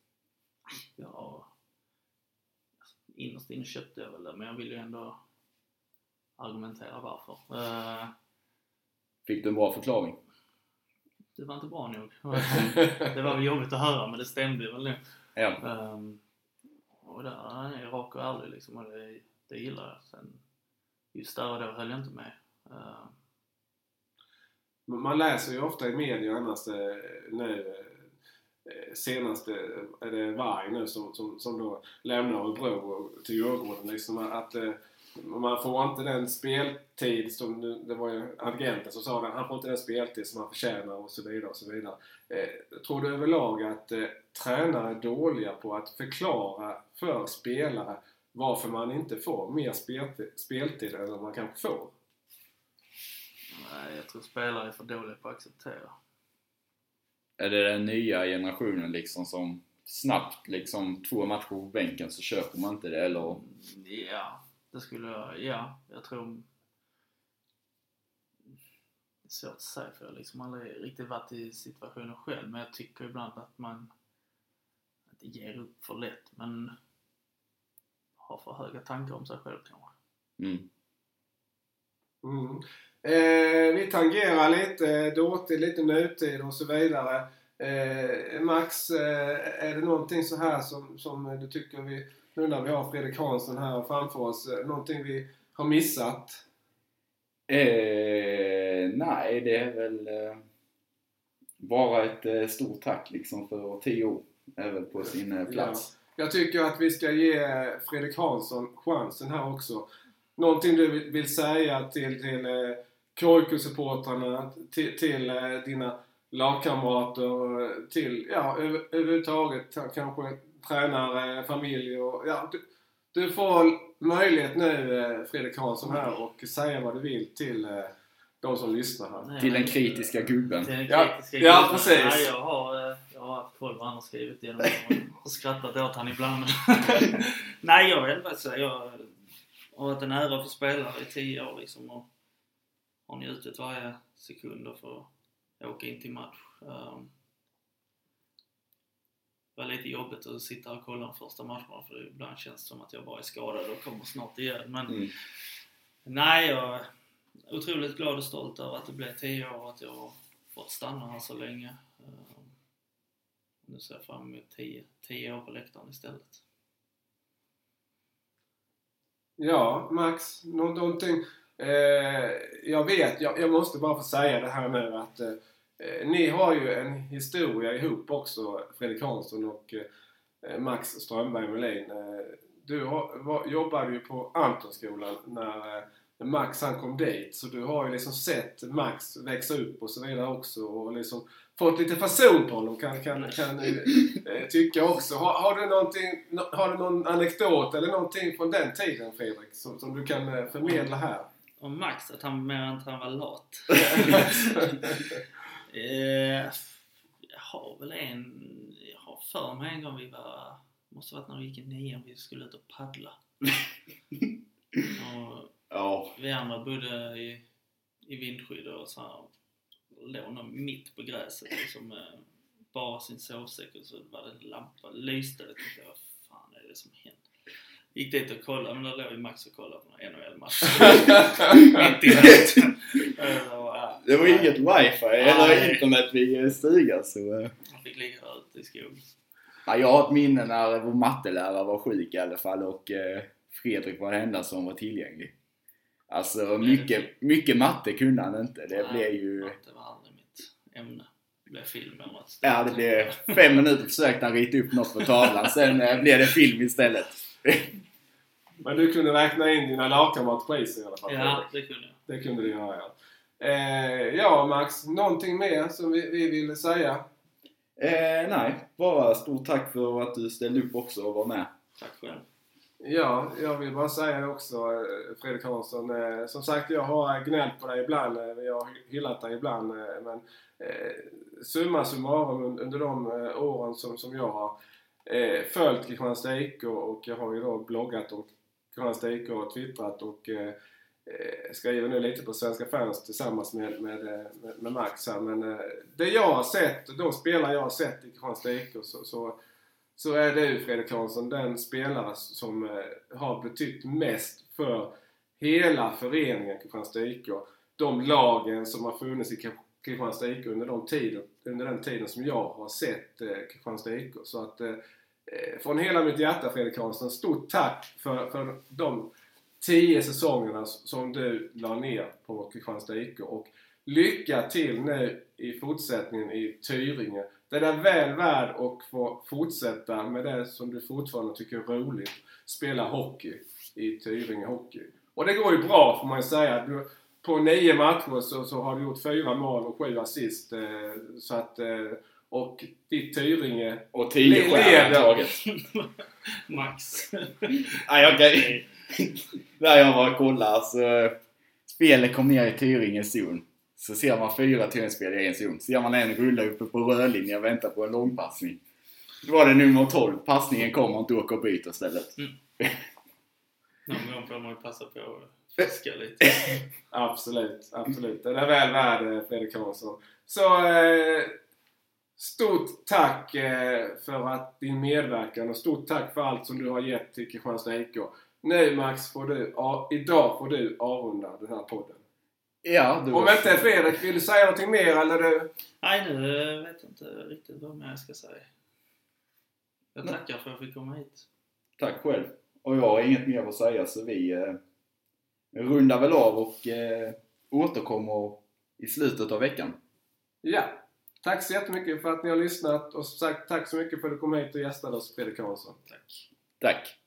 innerst inne köpte jag väl det, men jag ville ju ändå argumentera varför. Fick du en bra förklaring? Det var inte bra nog. Det var väl jobbigt att höra, men det stämde väl nu. Ja. Och där är jag rak och ärlig liksom, och det gillar jag. Sen, just där och då höll jag inte med. Man läser ju ofta i media annars nu senast är det Varg nu som då lämnar Örebro till Djurgården liksom, att man får inte den speltid som det var ju agenten som sa det, han får inte den speltid som han förtjänar och så vidare och så vidare. Tror du överlag att tränare är dåliga på att förklara för spelare varför man inte får mer speltid än man kanske får? Nej, jag tror spelare är för dåliga på att acceptera. Är det den nya generationen liksom som snabbt liksom 2 matcher på bänken så köper man inte det, eller? Ja, det skulle jag tror det är svårt att säga för jag har liksom aldrig riktigt varit i situationen själv, men jag tycker ibland att man inte ger upp för lätt, men har för höga tankar om sig själv kanske. Vi tangerar lite dåtid, lite nutid och så vidare. Max, är det någonting så här som du tycker vi, nu när vi har Fredrik Hansson här framför oss, någonting vi har missat? Nej, det är väl bara ett stort tack liksom för 10 år även på sin plats. Ja. Jag tycker att vi ska ge Fredrik Hansson chansen här också. Någonting du vill säga till KIK-supportrarna, till dina lagkamrater, till överhuvudtaget kanske tränare, familj och du får möjlighet nu, Fredrik Hansson här, och säga vad du vill till de som lyssnar här. Nej, till den kritiska gubben. Ja, precis. Nej, jag har haft 12 andra skrivit genom och skrattat åt han ibland. Nej, jag vet inte säga. Jag har varit en ära för spelare i 10 år liksom, och har njutit varje sekund för att åka in till match. Det var lite jobbigt att sitta och kolla de första matcherna, för ibland känns det som att jag bara är skadad och kommer snart igen. Men nej, jag är otroligt glad och stolt över att det blev 10 år och att jag har fått stanna här så länge. Nu ser jag fram emot 10 år på läktaren istället. Ja, Max, någonting. Jag måste bara få säga det här nu att ni har ju en historia ihop också, Fredrik Hansson och Max Strömberg Melin. Du jobbade ju på Antonskolan när Max han kom dit, så du har ju liksom sett Max växa upp och så vidare också, och liksom fått lite fason på honom kan tycka också. Har du någon anekdot eller någonting från den tiden, Fredrik, som du kan förmedla här? Om Max, att han mer än att han var lat. Jag har för mig en gång måste varit när vi gick i 9, vi skulle ut och paddla. Och vi andra bodde i vindskydd och så här, låg mitt på gräset liksom, bara sin sovsäck, och så var det en lampa, lyste det, och jag, vad fan är det som händer? Gick dit och kollade, men då låg ju Max och kollade på NHL-match. Det var inget wifi eller internet vid stugan, så jag fick ligga ute i skogen. Ja, jag har ett minne när vår mattelärare var sjuk i alla fall, och Fredrik var den enda som var tillgänglig. Alltså mycket matte kunde han inte. Det blev ju... Matte var aldrig mitt ämne. Det blev film eller något. Ja, det blev 5 minuter försökte han rita upp något på tavlan. Sen blev det film istället. Men du kunde räkna in dina lagkamrater på isen i alla fall. Ja, det kunde jag. Det kunde du göra, ja. Ja, Max, någonting mer som vi ville säga? Nej, bara stort tack för att du ställde upp också och var med. Tack själv. Ja, jag vill bara säga också, Fredrik Hansson, som sagt, jag har gnällt på dig ibland, jag har hyllat dig ibland, men summa summarum under de åren som jag har följt Kristianstad IK, och jag har ju då bloggat om Kristianstad IK och twittrat och skriver nu lite på Svenska Fans tillsammans med Max här, men det jag har sett, de spelare jag har sett i Kristianstad IK, så är du, Fredrik Hansson, den spelare som har betytt mest för hela föreningen Kristianstad IK. De lagen som har funnits i Kristianstad IK under den tiden som jag har sett Kristianstad IK. Så att från hela mitt hjärta, Fredrik Hansson, stort tack för de 10 säsongerna som du la ner på Kristianstad IK, och lycka till nu i fortsättningen i Tyringe. Det är väl värd att få fortsätta med det som du fortfarande tycker är roligt. Spela hockey i Tyringe Hockey. Och det går ju bra får man ju säga. På 9 matcher så har du gjort 4 mål och 7 assist. Så att, och ditt Tyringe och 10 stjärntaget. Max. Nej, okej. Där jag var och kollade så spelet kom ner i Tyringes zon. Så ser man 4 Tyringespelare i en zon. Ser man en rulla uppe på rörlinjen och vänta på en långpassning. Då var det nummer 12. Passningen kommer inte åka och byta istället. Någon gång får man ju passa på att fiska lite. Absolut. Den är väl värd Fredrik Hansson. Så stort tack för att din medverkan och stort tack för allt som du har gett till Kristianstad IK. Nu Max idag får du avrunda den här podden. Ja, om inte Fredrik vill säga någonting mer eller du? Nej, nu vet jag inte riktigt vad mer jag ska säga. Jag tackar för att jag fick komma hit. Tack själv. Och jag har inget mer att säga så vi rundar väl av och återkommer i slutet av veckan. Ja, tack så jättemycket för att ni har lyssnat och som sagt tack så mycket för att du kom hit och gästade oss Fredrik Hansson. Tack. Tack.